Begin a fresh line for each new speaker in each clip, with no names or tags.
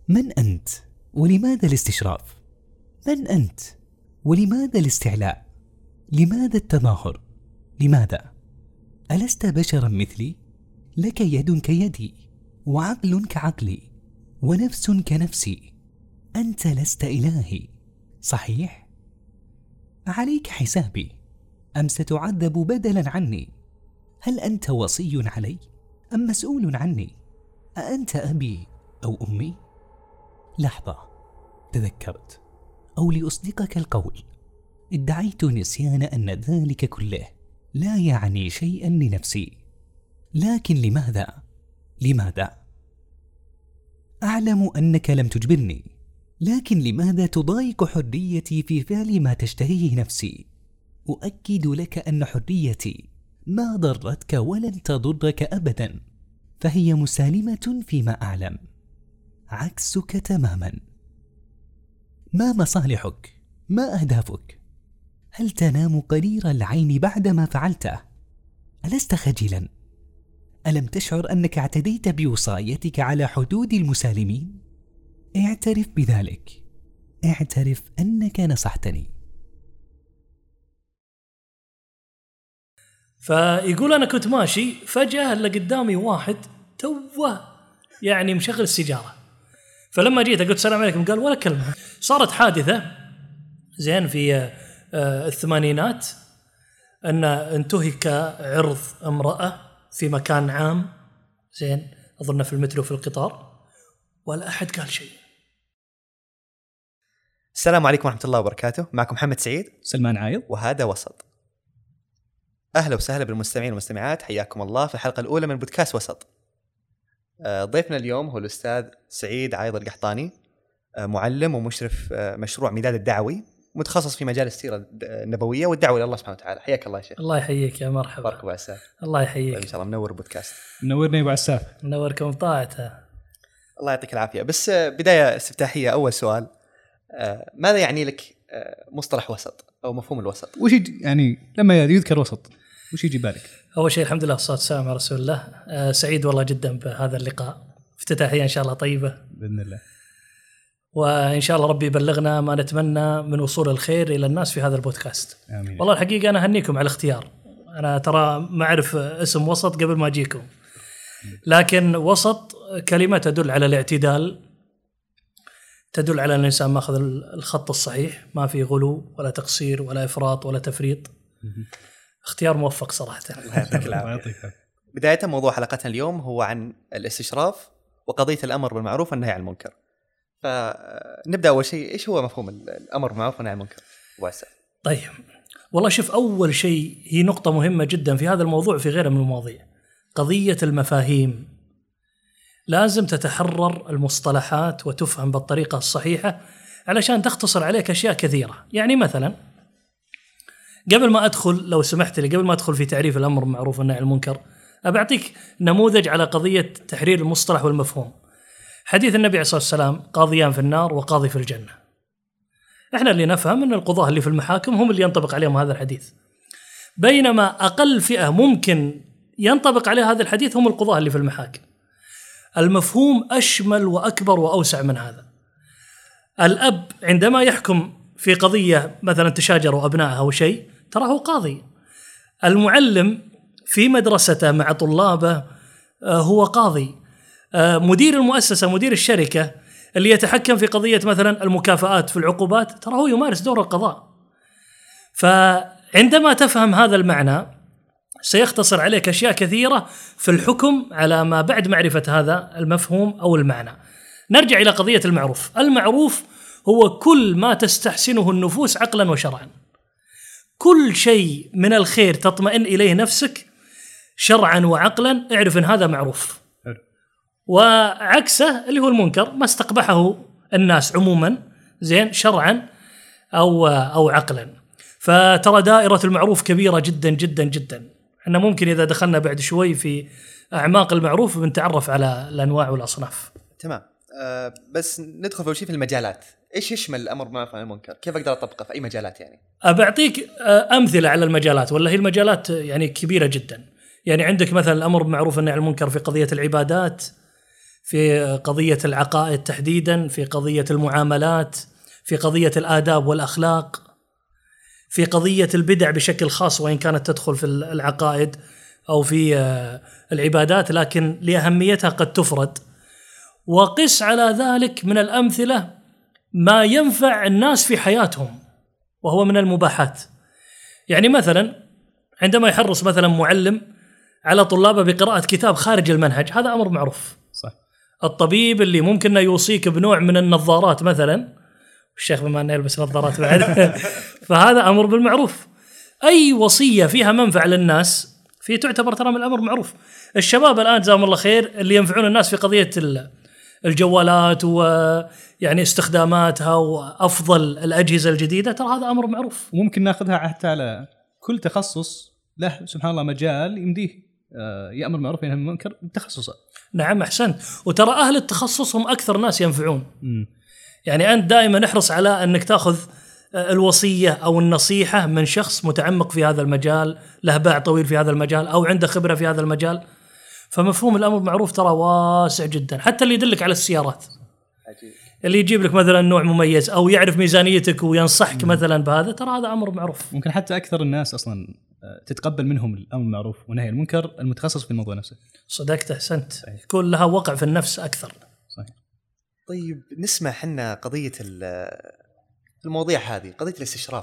من أنت؟ ولماذا الاستشراف؟ من أنت؟ ولماذا الاستعلاء؟ لماذا التظاهر؟ لماذا؟ ألست بشرا مثلي؟ لك يد كيدي، وعقل كعقلي، ونفس كنفسي. أنت لست إلهي، صحيح؟ عليك حسابي، أم ستعذب بدلا عني؟ هل أنت وصي علي أم مسؤول عني؟ أأنت أبي أو أمي؟ لحظة، تذكرت، أو لأصدقك القول، ادعيت نسيان أن ذلك كله لا يعني شيئا لنفسي. لكن لماذا؟ لماذا؟ أعلم أنك لم تجبرني، لكن لماذا تضايق حريتي في فعل ما تشتهيه نفسي؟ أؤكد لك أن حريتي ما ضرتك ولن تضرك أبدا، فهي مسالمة فيما أعلم، عكسك تماما. ما مصالحك؟ ما أهدافك؟ هل تنام قرير العين بعدما فعلته؟ ألست خجلا؟ ألم تشعر أنك اعتديت بوصايتك على حدود المسالمين؟ اعترف بذلك، اعترف أنك نصحتني.
فيقول أنا كنت ماشي فجأة اللي قدامي واحد توه يعني مشغل السيجارة، فلما جيت قلت السلام عليكم قال ولا كلمة. صارت حادثة زين في الثمانينات أن انتهك عرض امرأة في مكان عام، زين أظن في المترو في القطار، ولا أحد قال شيء.
السلام عليكم ورحمة الله وبركاته، معكم محمد سعيد
سلمان عايض،
وهذا وسط. أهلا وسهلا بالمستمعين والمستمعات، حياكم الله في الحلقة الأولى من بودكاست وسط. ضيفنا اليوم هو الأستاذ سعيد عايض القحطاني، معلم ومشرف مشروع مداد الدعوي، متخصص في مجال السيرة النبوية والدعوة إلى الله سبحانه وتعالى. حياك الله يا شيخ.
الله يحييك يا مرحبا.
بارك الله فيك.
الله يحييك.
إن شاء الله منور بودكاست.
منورني أبو عساف.
منوركم طاعته.
الله يعطيك العافية. بس بداية استفتاحية، أول سؤال، ماذا يعني لك مصطلح وسط أو مفهوم الوسط؟
وش يعني لما يذكر وسط وش يجي بالك؟
أول شيء الحمد لله والصلاة والسلام على رسول الله. سعيد والله جدا بهذا اللقاء، افتتاحية إن شاء الله طيبة
بإذن الله،
وإن شاء الله ربي يبلغنا ما نتمنى من وصول الخير إلى الناس في هذا البودكاست.
آمين.
والله الحقيقة أنا أهنيكم على الاختيار، أنا ترى ما أعرف اسم وسط قبل ما أجيكم، لكن وسط كلمة تدل على الاعتدال، تدل على أن الإنسان ماخذ الخط الصحيح، ما في غلو ولا تقصير ولا إفراط ولا تفريط. اختيار موفق صراحة.
الله يعطيك العافية. بداية موضوع حلقتنا اليوم هو عن الاستشراف وقضية الأمر بالمعروف والنهي عن المنكر. فنبدأ أول شيء، إيش هو مفهوم الأمر بالمعروف والنهي عن المنكر؟ واسع.
طيب والله شوف، أول شيء هي نقطة مهمة جدا في هذا الموضوع في غيره من المواضيع، قضية المفاهيم. لازم تتحرر المصطلحات وتفهم بالطريقة الصحيحة علشان تختصر عليك أشياء كثيرة. يعني مثلا قبل ما أدخل، لو سمحت لي، قبل ما أدخل في تعريف الأمر بالمعروف والنهي عن المنكر، أبعطيك نموذج على قضية تحرير المصطلح والمفهوم. حديث النبي عليه الصلاة والسلام: قاضيان في النار وقاضي في الجنة. إحنا اللي نفهم أن القضاة اللي في المحاكم هم اللي ينطبق عليهم هذا الحديث، بينما أقل فئة ممكن ينطبق عليها هذا الحديث هم القضاة اللي في المحاكم. المفهوم أشمل وأكبر وأوسع من هذا. الأب عندما يحكم في قضية مثلا تشاجروا أبنائها أو شيء، ترى هو قاضي. المعلم في مدرسته مع طلابه هو قاضي. مدير المؤسسة، مدير الشركة اللي يتحكم في قضية مثلا المكافآت في العقوبات، ترى هو يمارس دور القضاء. فعندما تفهم هذا المعنى سيختصر عليك أشياء كثيرة في الحكم على ما بعد معرفة هذا المفهوم أو المعنى. نرجع إلى قضية المعروف. المعروف هو كل ما تستحسنه النفوس عقلا وشرعا، كل شيء من الخير تطمئن إليه نفسك شرعا وعقلا، اعرف أن هذا معروف. وعكسه اللي هو المنكر، ما استقبحه الناس عموما زين شرعا أو عقلا. فترى دائرة المعروف كبيرة جدا جدا جدا. احنا ممكن إذا دخلنا بعد شوي في أعماق المعروف بنتعرف على الأنواع والأصناف.
تمام. بس ندخل في شيء في المجالات. إيش يشمل الأمر بالمعروف والنهي عن المنكر؟ كيف أقدر أطبقه في أي مجالات؟ يعني
أبعطيك أمثلة على المجالات، ولا هي المجالات يعني كبيرة جدا. يعني عندك مثلا الأمر بالمعروف والنهي عن المنكر في قضية العبادات، في قضية العقائد تحديدا، في قضية المعاملات، في قضية الآداب والأخلاق، في قضية البدع بشكل خاص وإن كانت تدخل في العقائد أو في العبادات، لكن لأهميتها قد تفرد. وقس على ذلك من الأمثلة ما ينفع الناس في حياتهم وهو من المباحات. يعني مثلا عندما يحرص مثلا معلم على طلابه بقراءة كتاب خارج المنهج، هذا أمر معروف.
صح.
الطبيب اللي ممكن يوصيك بنوع من النظارات مثلا، الشيخ بما أنه يلبس نظارات بعد فهذا أمر بالمعروف. أي وصية فيها منفعة للناس في تعتبر ترى من الأمر معروف. الشباب الآن جزاهم الله خير اللي ينفعون الناس في قضية الجوالات ويعني استخداماتها وأفضل الأجهزة الجديدة، ترى هذا أمر معروف.
وممكن ناخذها حتى على كل تخصص له سبحان الله مجال يمديه يأمر معروف وينهى عن المنكر بتخصصه.
نعم أحسنت. وترى أهل التخصص هم أكثر ناس ينفعون. يعني أنت دائما احرص على أنك تأخذ الوصية أو النصيحة من شخص متعمق في هذا المجال، له باع طويل في هذا المجال أو عنده خبرة في هذا المجال. فمفهوم الأمر معروف ترى واسع جدا. حتى اللي يدلك على السيارات، اللي يجيب لك مثلا نوع مميز أو يعرف ميزانيتك وينصحك مثلا بهذا، ترى هذا أمر معروف.
ممكن حتى أكثر الناس أصلا تتقبل منهم الأمر المعروف ونهي المنكر المتخصص في الموضوع نفسه.
صدقت أحسنت. يكون لها وقع في النفس أكثر.
صحيح.
طيب نسمع حنا قضية المواضيع هذه، قضية الاستشراف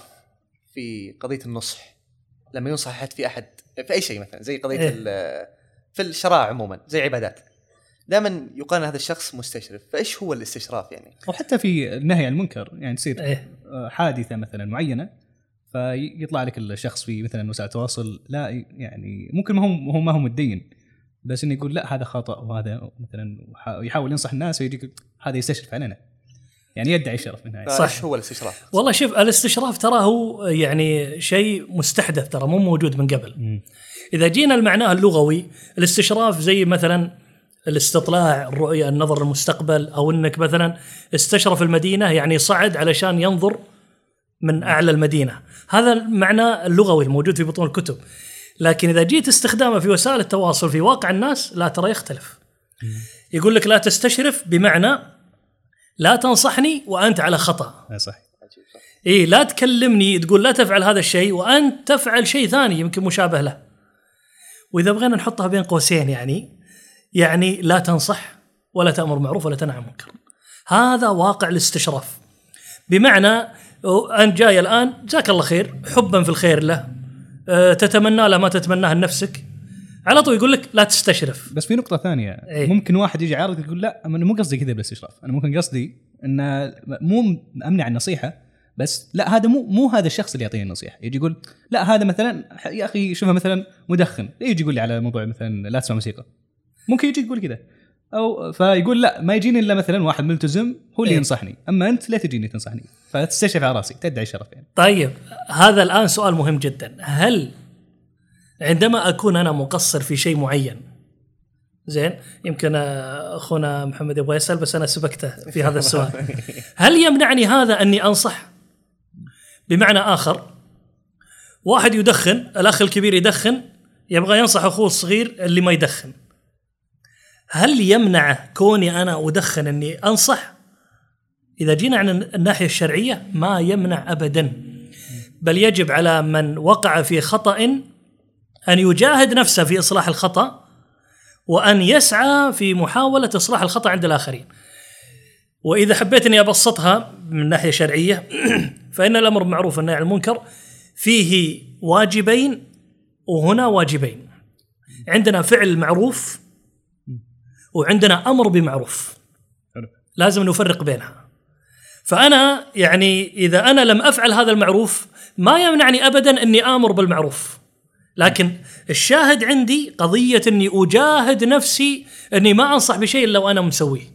في قضية النصح، لما ينصح أحد في أحد في أي شيء مثلا زي قضية في الشرائع عموما زي عبادات، دائما يقال هذا الشخص مستشرف. فإيش هو الاستشراف يعني؟
أو حتى في النهي عن المنكر، يعني تصير حادثة مثلا معينة فيطلع لك الشخص في مثلا وسائل التواصل، لا يعني ممكن ما هو متدين، بس إنه يقول لا هذا خطأ وهذا مثلا يحاول ينصح الناس ويجي هذا يستشرف علينا، يعني يدعي الشرف منها.
صح. هو الاستشراف
والله شوف، الاستشراف ترى هو يعني شيء مستحدث، ترى مو موجود من قبل. إذا جينا المعنى اللغوي، الاستشراف زي مثلا الاستطلاع، الرؤية، النظر للمستقبل، أو أنك مثلا استشرف المدينة يعني صعد علشان ينظر من أعلى المدينة. هذا المعنى اللغوي الموجود في بطون الكتب. لكن إذا جيت استخدامه في وسائل التواصل في واقع الناس، لا ترى يختلف. يقول لك لا تستشرف بمعنى لا تنصحني وأنت على خطأ.
صح.
إيه، لا تكلمني تقول لا تفعل هذا الشيء وأنت تفعل شيء ثاني يمكن مشابه له. وإذا بغينا نحطها بين قوسين يعني لا تنصح ولا تأمر معروف ولا تنهى عن منكر. هذا واقع الاستشراف. بمعنى أنت جاي الآن جزاك الله خير حبا في الخير له، تتمنى له ما تتمناه لنفسك، على طول يقول لك لا تستشرف.
بس في نقطة ثانية، ممكن واحد يجي عارض يقول لا أنا مو قصدي كذا بالاستشراف، أنا ممكن قصدي إن مو أمنع النصيحة، بس لا هذا مو هذا الشخص اللي يعطيني النصيحة. يجي يقول لا هذا مثلا يا أخي شوفه مثلا مدخن، يجي يقول لي على موضوع مثلا لا تسمع موسيقى، ممكن يجي يقول كذا، أو فيقول لا ما يجيني إلا مثلا واحد ملتزم هو اللي ينصحني، أما أنت لا تجيني تنصحني، فتستشرف على راسي، تدعي شرف يعني.
طيب هذا الآن سؤال مهم جدا. هل عندما أكون أنا مقصر في شيء معين، زين، يمكن أخونا محمد يبغى يسأل بس أنا سبقته في هذا السؤال، هل يمنعني هذا أني أنصح؟ بمعنى آخر، واحد يدخن، الأخ الكبير يدخن، يبغى ينصح أخوه الصغير اللي ما يدخن، هل يمنع كوني أنا أدخن أني أنصح؟ إذا جينا عن الناحية الشرعية ما يمنع أبدا، بل يجب على من وقع في خطأ أن يجاهد نفسه في إصلاح الخطأ، وأن يسعى في محاولة إصلاح الخطأ عند الآخرين. وإذا حبيت أني أبسطها من ناحية شرعية فإن الأمر بالمعروف والنهي عن المنكر فيه واجبين، وهنا واجبين، عندنا فعل معروف وعندنا أمر بمعروف، لازم نفرق بينها. فأنا يعني إذا أنا لم أفعل هذا المعروف ما يمنعني أبدا أني آمر بالمعروف، لكن الشاهد عندي قضية أني أجاهد نفسي أني ما أنصح بشيء إلا وأنا مسويه.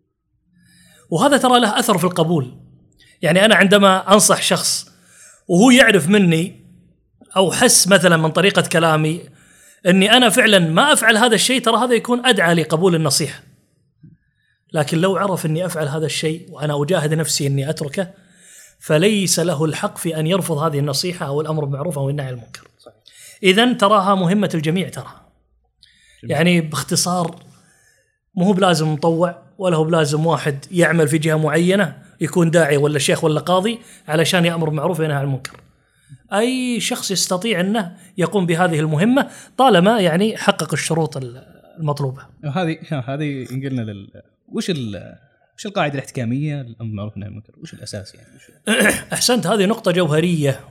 وهذا ترى له أثر في القبول. يعني أنا عندما أنصح شخص وهو يعرف مني أو حس مثلا من طريقة كلامي أني أنا فعلا ما أفعل هذا الشيء، ترى هذا يكون أدعى لقبول النصيحة. لكن لو عرف أني أفعل هذا الشيء وأنا أجاهد نفسي أني أتركه، فليس له الحق في أن يرفض هذه النصيحة أو الأمر بالمعروف أو النهي عن المنكر. إذن تراها مهمة الجميع ترى. يعني باختصار مو بلازم مطوع ولا هو بلازم واحد يعمل في جهة معينة يكون داعي ولا شيخ ولا قاضي علشان يأمر بالمعروف وينهى عن المنكر. أي شخص يستطيع أنه يقوم بهذه المهمة طالما يعني حقق الشروط المطلوبة.
هذه ينقلنا وش القاعدة الاحتكامية الأمر بالمعروف والنهي عن المنكر؟ وش الأساس يعني؟
أحسنت، هذه نقطة جوهرية.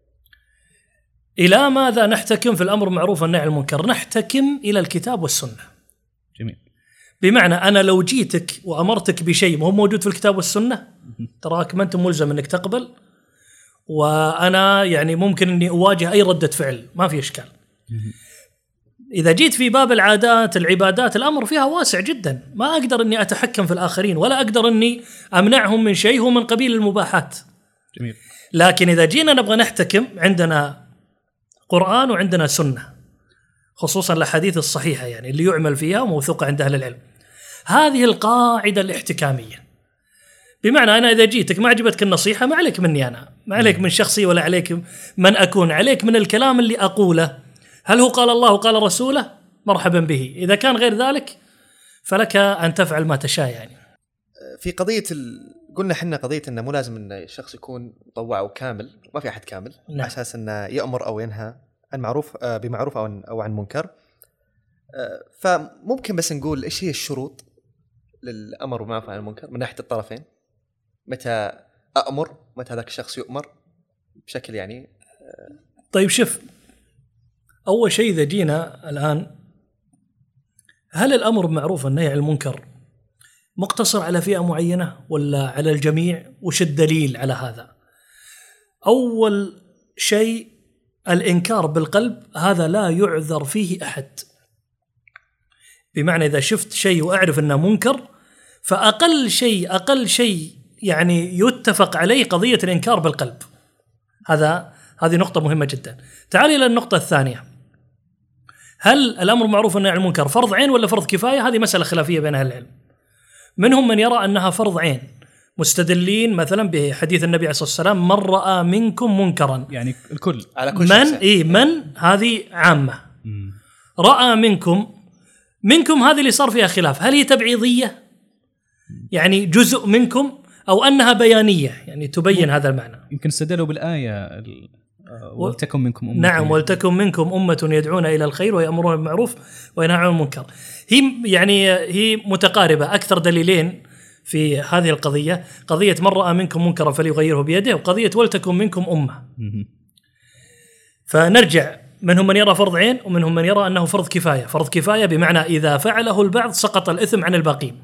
إلى ماذا نحتكم في الأمر بالمعروف والنهي عن المنكر؟ نحتكم إلى الكتاب والسنة.
جميل.
بمعنى أنا لو جيتك وأمرتك بشيء ما هو موجود في الكتاب والسنة تراك ما أنت ملزم أنك تقبل، وأنا يعني ممكن أني أواجه أي ردة فعل، ما في إشكال. إذا جيت في باب العادات العبادات الأمر فيها واسع جدا، ما أقدر أني أتحكم في الآخرين ولا أقدر أني أمنعهم من شيء هو من قبيل المباحات.
جميل.
لكن إذا جينا نبغى نحتكم عندنا قرآن وعندنا سنة، خصوصا الأحاديث الصحيحة يعني اللي يعمل فيها وموثوقة عند أهل العلم. هذه القاعدة الاحتكامية. بمعنى أنا إذا جيتك ما عجبتك النصيحة ما عليك مني أنا، ما عليك من شخصي ولا عليك من أكون، عليك من الكلام اللي أقوله. هل هو قال الله وقال رسوله؟ مرحبا به. إذا كان غير ذلك فلك أن تفعل ما تشاء. يعني
في قضية قلنا حنا قضية أنه مو لازم أن الشخص يكون مطوع أو كامل، ما في أحد كامل.
نعم.
على أساس أنه يأمر أو ينهى عن معروف بمعروف أو عن منكر. فممكن بس نقول إيش هي الشروط للأمر بالمعروف عن المنكر من ناحية الطرفين؟ متى أأمر، متى هذاك الشخص يؤمر بشكل يعني.
طيب شوف، أول شيء إذا جينا الآن، هل الأمر بالمعروف والنهي عن المنكر مقتصر على فئة معينة ولا على الجميع؟ وش الدليل على هذا؟ أول شيء الإنكار بالقلب، هذا لا يعذر فيه أحد. بمعنى إذا شفت شيء وأعرف أنه منكر فأقل شيء يعني يتفق عليه قضية الإنكار بالقلب. هذه نقطة مهمة جدا. تعال إلى النقطة الثانية، هل الأمر بالمعروف والنهي عن المنكر فرض عين ولا فرض كفاية؟ هذه مسألة خلافية بين أهل العلم. منهم من يرى أنها فرض عين، مستدلين مثلا بحديث النبي عليه الصلاة والسلام: من رأى منكم منكرا، يعني
الكل
على كل شخص.
من هذه عامة. رأى منكم هذه اللي صار فيها خلاف، هل هي تبعيضية يعني جزء منكم أو أنها بيانية يعني تبين هذا المعنى؟
يمكن استدلوا بالآية ولتكن منكم أمة.
نعم، ولتكن منكم أمة يدعون إلى الخير ويأمرون بالمعروف وينهون عن المنكر. هي متقاربة. أكثر دليلين في هذه القضية قضية من رأى منكم منكرا فليغيره بيده، وقضية ولتكن منكم أمة. فنرجع، منهم من يرى فرض عين ومنهم من يرى أنه فرض كفاية. فرض كفاية بمعنى إذا فعله البعض سقط الإثم عن الباقين.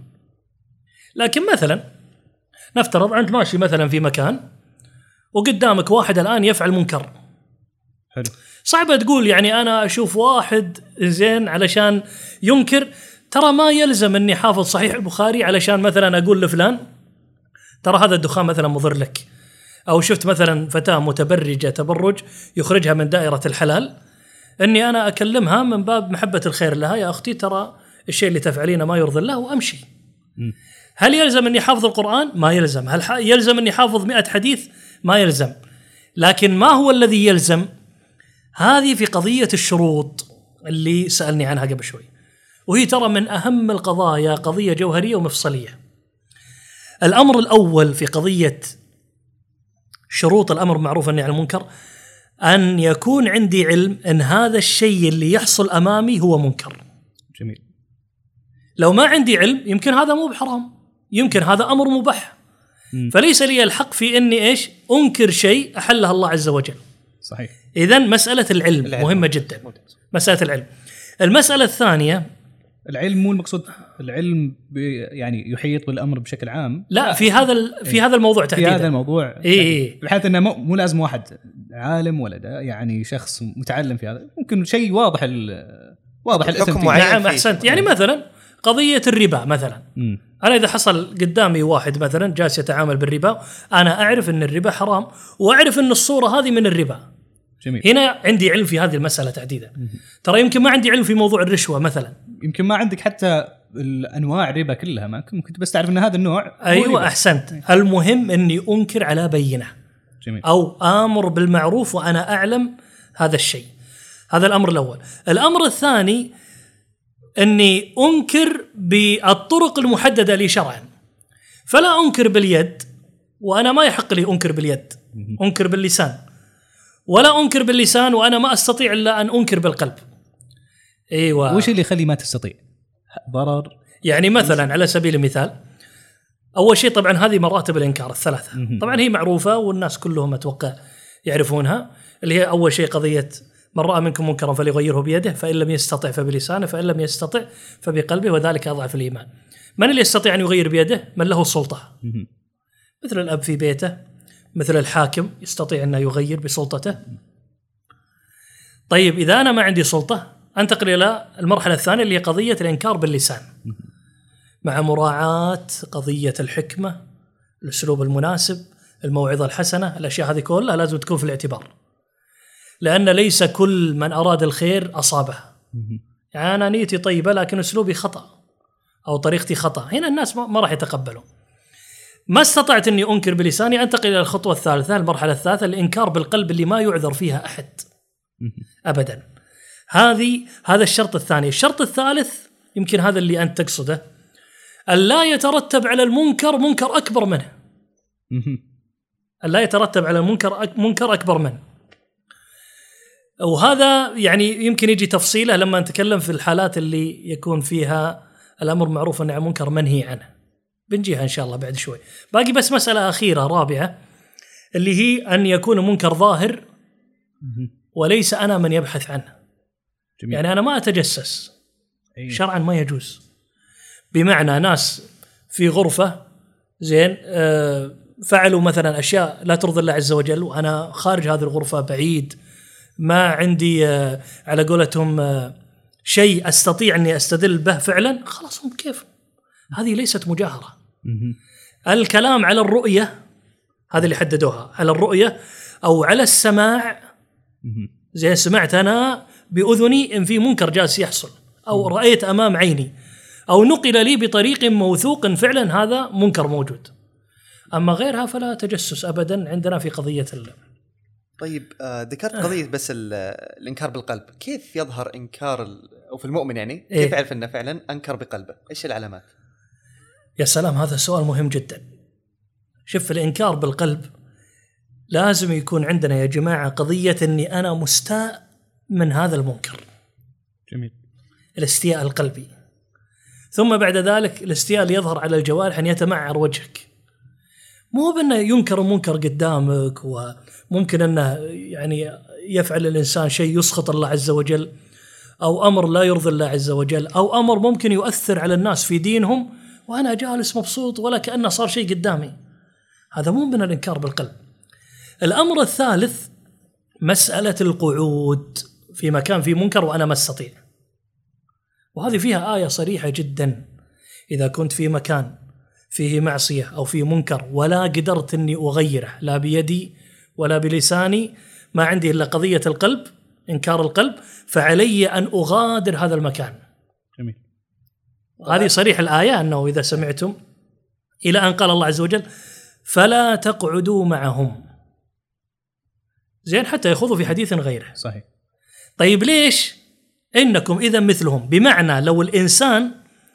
لكن مثلا نفترض أنت ماشي مثلا في مكان وقدامك واحد الآن يفعل منكر.
حلو.
صعب تقول يعني أنا أشوف واحد زين علشان ينكر، ترى ما يلزم أني حافظ صحيح البخاري علشان مثلا أقول لفلان ترى هذا الدخان مثلا مضر لك، أو شفت مثلا فتاة متبرجة تبرج يخرجها من دائرة الحلال، أني أنا أكلمها من باب محبة الخير لها: يا أختي ترى الشيء اللي تفعلينه ما يرضي الله، وأمشي. هل يلزم أني حافظ القرآن؟ ما يلزم. هل يلزم أني حافظ 100 حديث؟ ما يلزم. لكن ما هو الذي يلزم؟ هذه في قضية الشروط اللي سألني عنها قبل شوي، وهي ترى من أهم القضايا، قضية جوهرية ومفصلية. الأمر الأول في قضية شروط الأمر بالمعروف والنهي عن المنكر أن يكون عندي علم أن هذا الشيء اللي يحصل أمامي هو منكر.
جميل.
لو ما عندي علم يمكن هذا مو بحرام، يمكن هذا أمر مباح. فليس لي الحق في أني أنكر شيء أحلها الله عز وجل.
صحيح.
إذن مسألة العلم مهمة جدا. مسألة العلم. المسألة الثانية،
العلم مو المقصود العلم يعني يحيط بالأمر بشكل عام،
لا في هذا الموضوع تحديدا.
في هذا الموضوع بحيث أنه مو لازم واحد عالم ولا ده يعني شخص متعلم في هذا، ممكن شيء واضح الاسم فيه.
نعم أحسنت. يعني مثلا قضية الربا مثلا، أنا إذا حصل قدامي واحد مثلا جالس يتعامل بالربا، أنا أعرف أن الربا حرام وأعرف أن الصورة هذه من الربا.
جميل.
هنا عندي علم في هذه المسألة تحديدا. ترى يمكن ما عندي علم في موضوع الرشوة مثلا،
يمكن ما عندك حتى الأنواع الربا كلها، ما كنت بس تعرف أن هذا النوع.
أيوة أحسنت. المهم أني أنكر على بينة.
جميل.
أو آمر بالمعروف وأنا أعلم هذا الشيء. هذا الأمر الأول. الأمر الثاني، أني أنكر بالطرق المحددة لي شرعا، فلا أنكر باليد، وأنا ما يحق لي أنكر باليد، أنكر باللسان، ولا أنكر باللسان وأنا ما أستطيع إلا أن أنكر بالقلب. أيوة.
وش اللي يخلي ما تستطيع؟ ضرر؟
يعني مثلا على سبيل المثال، أول شيء طبعا هذه مراتب الإنكار الثلاثة، طبعا هي معروفة والناس كلهم أتوقع يعرفونها، اللي هي أول شيء قضية من رأى منكم منكرا فليغيره بيده، فإن لم يستطع فبلسانه، فإن لم يستطع فبقلبه، وذلك أضعف الإيمان. من اللي يستطيع أن يغير بيده؟ من له السلطة، مثل الأب في بيته، مثل الحاكم يستطيع أن يغير بسلطته. طيب إذا أنا ما عندي سلطة، أنتقل إلى المرحلة الثانية اللي هي قضية الإنكار باللسان، مع مراعاة قضية الحكمة، الأسلوب المناسب، الموعظة الحسنة، الأشياء هذه كلها لازم تكون في الاعتبار، لأن ليس كل من أراد الخير أصابه. يعني أنا نيتي طيبة لكن أسلوبي خطأ أو طريقتي خطأ، هنا الناس ما راح يتقبلوا. ما استطعت أني أنكر بلساني، أنتقل إلى الخطوة الثالثة، المرحلة الثالثة، الإنكار بالقلب اللي ما يعذر فيها أحد أبدا. هذا الشرط الثاني. الشرط الثالث يمكن هذا اللي أنت تقصده، ألا يترتب على المنكر منكر أكبر منه، ألا يترتب على المنكر منكر أكبر منه. وهذا يعني يمكن يجي تفصيله لما نتكلم في الحالات اللي يكون فيها الأمر معروف والنهي عن المنكر منهي عنه، بنجيها إن شاء الله بعد شوي. باقي بس مسألة أخيرة رابعة، اللي هي أن يكون منكر ظاهر وليس أنا من يبحث عنه.
جميل.
يعني أنا ما أتجسس، شرعا ما يجوز. بمعنى ناس في غرفة زين فعلوا مثلا أشياء لا ترضي الله عز وجل، وأنا خارج هذه الغرفة بعيد، ما عندي على قولتهم شيء أستطيع أني أستدل به فعلا، خلاص هم بكيف. هذه ليست مجاهرة. الكلام على الرؤية، هذه اللي حددوها، على الرؤية أو على السماع، زي سمعت أنا بأذني إن في منكر جالس يحصل، أو رأيت أمام عيني، أو نقل لي بطريق موثوق فعلا هذا منكر موجود. أما غيرها فلا تجسس أبدا عندنا في قضية
طيب ذكرت قضية بس الإنكار بالقلب، كيف يظهر إنكار أو في المؤمن يعني كيف يعرف أنه فعلا أنكر بقلبه؟ إيش العلامات؟
يا سلام، هذا سؤال مهم جدا. شوف، الإنكار بالقلب لازم يكون عندنا يا جماعة قضية أني أنا مستاء من هذا المنكر.
جميل.
الاستياء القلبي، ثم بعد ذلك الاستياء اللي يظهر على الجوارح، أن يتمعر وجهك. مو بأنه ينكر منكر قدامك، وممكن أنه يعني يفعل الإنسان شيء يسخط الله عز وجل، أو أمر لا يرضي الله عز وجل، أو أمر ممكن يؤثر على الناس في دينهم وأنا جالس مبسوط ولا كأنه صار شيء قدامي. هذا مو من الإنكار بالقلب. الأمر الثالث مسألة القعود في مكان فيه منكر وأنا ما استطيع، وهذه فيها آية صريحة جدا. إذا كنت في مكان فيه معصية أو فيه منكر ولا قدرت أني أغيره لا بيدي ولا بلساني، ما عندي إلا قضية القلب، إنكار القلب، فعلي أن أغادر هذا المكان.
جميل.
هذه صريح الآية، أنه إذا سمعتم، إلى أن قال الله عز وجل فلا تقعدوا معهم، زين، حتى يخوضوا في حديث غيره.
صحيح.
طيب ليش؟ إنكم إذا مثلهم، بمعنى لو الإنسان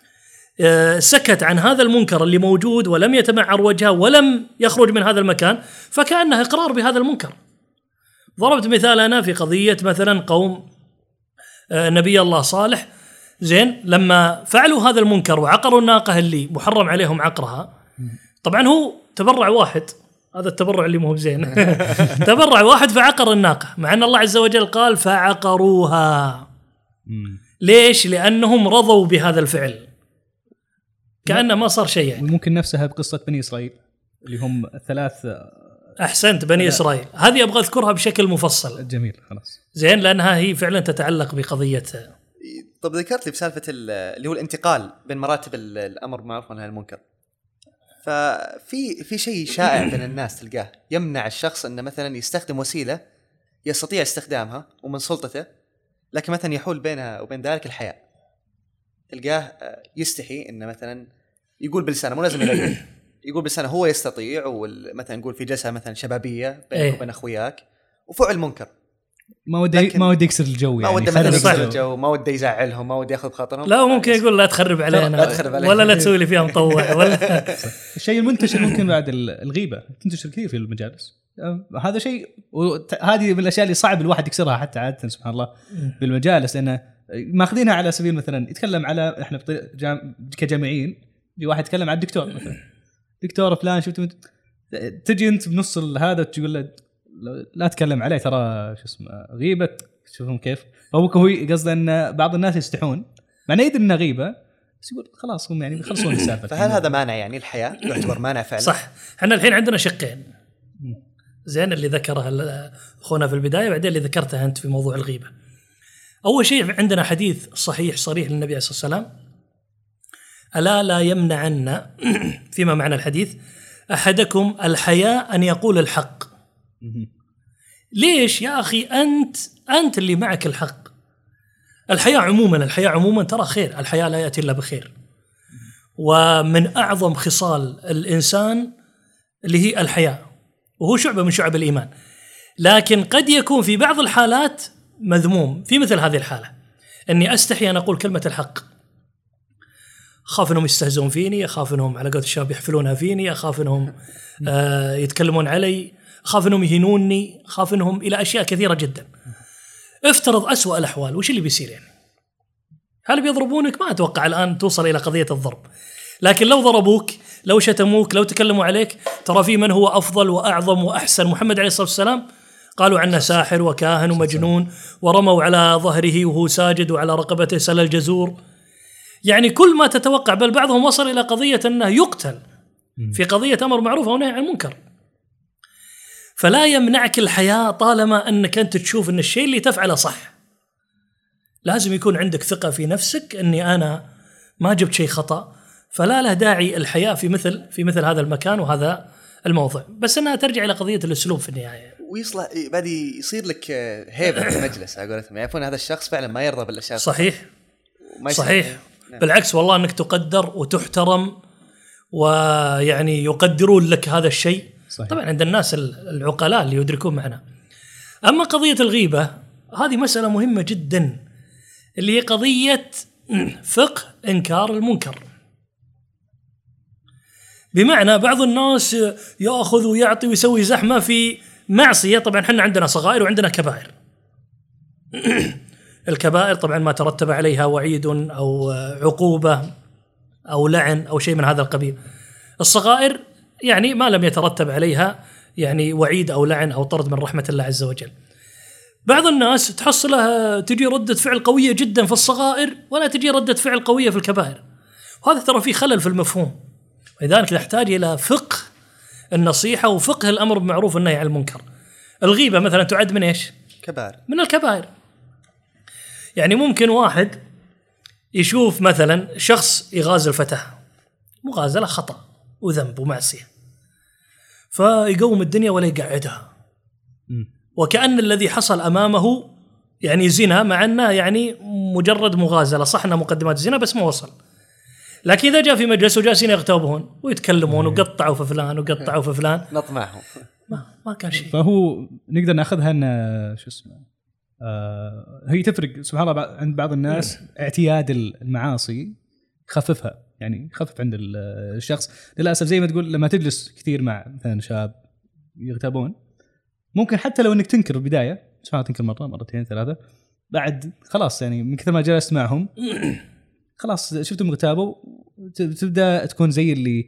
سكت عن هذا المنكر اللي موجود ولم يتمعر وجهه ولم يخرج من هذا المكان، فكأنه إقرار بهذا المنكر. ضربت مثال أنا في قضية مثلا قوم نبي الله صالح، زين، لما فعلوا هذا المنكر وعقروا الناقة اللي محرم عليهم عقرها، طبعا هو تبرع واحد، هذا التبرع اللي مو زين تبرع واحد فعقر الناقة، مع أن الله عز وجل قال فعقروها. ليش؟ لأنهم رضوا بهذا الفعل، كأنه ما صار شيء يعني.
ممكن نفسها بقصة بني إسرائيل اللي هم الثلاث.
أحسنت، بني إسرائيل، هذه أبغى أذكرها بشكل مفصل.
جميل، خلاص،
زين، لأنها هي فعلا تتعلق بقضية.
طب ذكرت لي بسالفة اللي هو الانتقال بين مراتب الأمر بالمعروف والنهي عن المنكر، ففي شيء شائع بين الناس تلقاه يمنع الشخص أنه مثلا يستخدم وسيلة يستطيع استخدامها ومن سلطته، لكن مثلا يحول بينها وبين ذلك الحياء. تلقاه يستحي إنه مثلا يقول بلسانه، مو لازم يغير، يقول بلسانه هو يستطيع، ومثلا نقول في جلسة مثلا شبابية بينك وبين أخوياك وفعل منكر،
ما ودي يكسر الجو،
ما
يعني
ودي
خلي
يكسر
الجو.
الجو، ما ودي يزعلهم، ما ودي ياخذ بخاطرهم.
لا ممكن يقول لا تخرب علينا،
لا تخرب علينا.
ولا لا تسوي لي فيها مطوع ولا
الشيء المنتشر ممكن بعد الغيبة تنتشر كثير في المجالس. هذا شيء، هذه من الأشياء اللي صعب الواحد يكسرها حتى عادة سبحان الله بالمجالس، لأنه ماخذينها على سبيل مثلا يتكلم على إحنا كجامعيين، واحد يتكلم على الدكتور مثلا، دكتور فلان شفت، تجي أنت بنص هذا تقول له لا تكلم عليه ترى شو اسمه غيبة، شوفهم كيف هو قصده أن بعض الناس يستحون معناه يدري إنه غيبة، بس يقول خلاص هم يعني بيخلصون السالفة.
فهل هذا مانع يعني الحياة يعتبر مانع فعلا؟
صح. احنا الحين عندنا شقين، زين اللي ذكرها اخونا في البدايه، بعدين اللي ذكرتها انت في موضوع الغيبه. اول شيء عندنا حديث صحيح صريح للنبي عليه الصلاه والسلام: الا لا يمنعن فيما معنى الحديث احدكم الحياء ان يقول الحق. ليش يا اخي؟ انت اللي معك الحق. الحياء عموما ترى خير، الحياء لا ياتي الا بخير، ومن اعظم خصال الانسان اللي هي الحياء، وهو شعبة من شعب الإيمان. لكن قد يكون في بعض الحالات مذموم، في مثل هذه الحالة أني أستحي أن أقول كلمة الحق، أخاف أنهم يستهزئون فيني، أخاف أنهم على قولة الشباب يحفلونها فيني، أخاف أنهم يتكلمون علي، أخاف أنهم يهينوني، أخاف أنهم إلى أشياء كثيرة جدا. افترض أسوأ الأحوال، وش اللي بيصير يعني؟ هل بيضربونك؟ ما أتوقع الآن توصل إلى قضية الضرب، لكن لو ضربوك، لو شتموك، لو تكلموا عليك، ترى في من هو أفضل وأعظم وأحسن. محمد عليه الصلاة والسلام قالوا عنه ساحر وكاهن ومجنون، ورموا على ظهره وهو ساجد وعلى رقبته سل الجزور. يعني كل ما تتوقع، بل بعضهم وصل إلى قضية أنه يقتل في قضية أمر معروف ونهي عن المنكر. فلا يمنعك الحياة طالما أنك أنت تشوف أن الشيء اللي تفعله صح. لازم يكون عندك ثقة في نفسك أني أنا ما جبت شيء خطأ، فلا له داعي الحياة في مثل هذا المكان وهذا الموضوع، بس أنها ترجع إلى قضية الأسلوب في النهاية.
ويصلح بعد يصير لك هيبة في المجلس، على قولتهم يعرفون هذا الشخص فعلا ما يرضى بالأشياء.
صحيح. بالعكس والله أنك تقدر وتحترم، ويعني يقدرون لك هذا الشيء. صحيح. طبعا عند الناس العقلاء اللي يدركون معنا. أما قضية الغيبة هذه مسألة مهمة جدا، اللي هي قضية فقه إنكار المنكر. بمعنى بعض الناس يأخذ ويعطي ويسوي زحمة في معصية. طبعا حنا عندنا صغائر وعندنا كبائر. الكبائر طبعا ما ترتب عليها وعيد أو عقوبة أو لعن أو شيء من هذا القبيل. الصغائر يعني ما لم يترتب عليها يعني وعيد أو لعن أو طرد من رحمة الله عز وجل. بعض الناس تحصلها تجي ردة فعل قوية جدا في الصغائر، ولا تجي ردة فعل قوية في الكبائر، وهذا ترى فيه خلل في المفهوم. لذلك نحتاج إلى فقه النصيحة وفقه الأمر بالمعروف والنهي عن المنكر. الغيبة مثلا تعد من إيش؟
كبائر،
من الكبائر. يعني ممكن واحد يشوف مثلا شخص يغازل فتاة، مغازلة خطأ وذنب ومعصية، فيقوم الدنيا ولا يقعدها، وكأن الذي حصل أمامه يعني زنا، مع أنه يعني مجرد مغازلة، صح أنها مقدمات زنا بس ما وصل. لكن إذا جاء في مجلس وجالسين يغتابون ويتكلمون وقطعوا في فلان وقطعوا في فلان،
نطمعهم،
ما كان شيء.
فهو نقدر ناخذها أن شو اسمه هي تفرق سبحان الله عند بعض الناس. اعتياد المعاصي يخففها، يعني يخفف عند الشخص. للأسف زي ما تقول لما تجلس كثير مع مثلا شاب يغتابون، ممكن حتى لو انك تنكر البدايه، سبحان الله تنكر مره مرتين ثلاثه، بعد خلاص يعني من كثر ما جلست معهم خلاص شفتهم اغتابوا، تبدا تكون زي اللي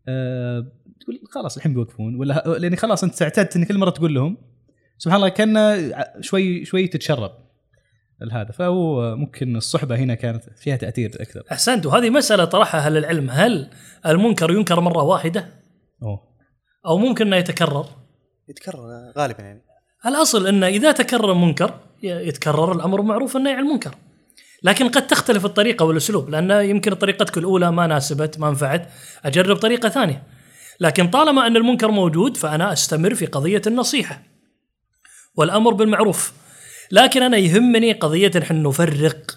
تقول خلاص الحين بيوقفون، ولا لاني خلاص انت اعتدت ان كل مره تقول لهم سبحان الله كان شوي تتشرب هذا. فهو ممكن الصحبه هنا كانت فيها تاثير اكثر.
احسنت. وهذه مساله طرحها اهل العلم، هل المنكر ينكر مره واحده او ممكن انه يتكرر
غالبا؟ يعني
الأصل أن إذا تكرر منكر يتكرر الأمر بالمعروف والنهي عن المنكر، لكن قد تختلف الطريقة والأسلوب، لأن يمكن طريقتك الأولى ما ناسبت ما نفعت، أجرب طريقة ثانية. لكن طالما أن المنكر موجود فأنا أستمر في قضية النصيحة والأمر بالمعروف. لكن أنا يهمني قضية نحن نفرق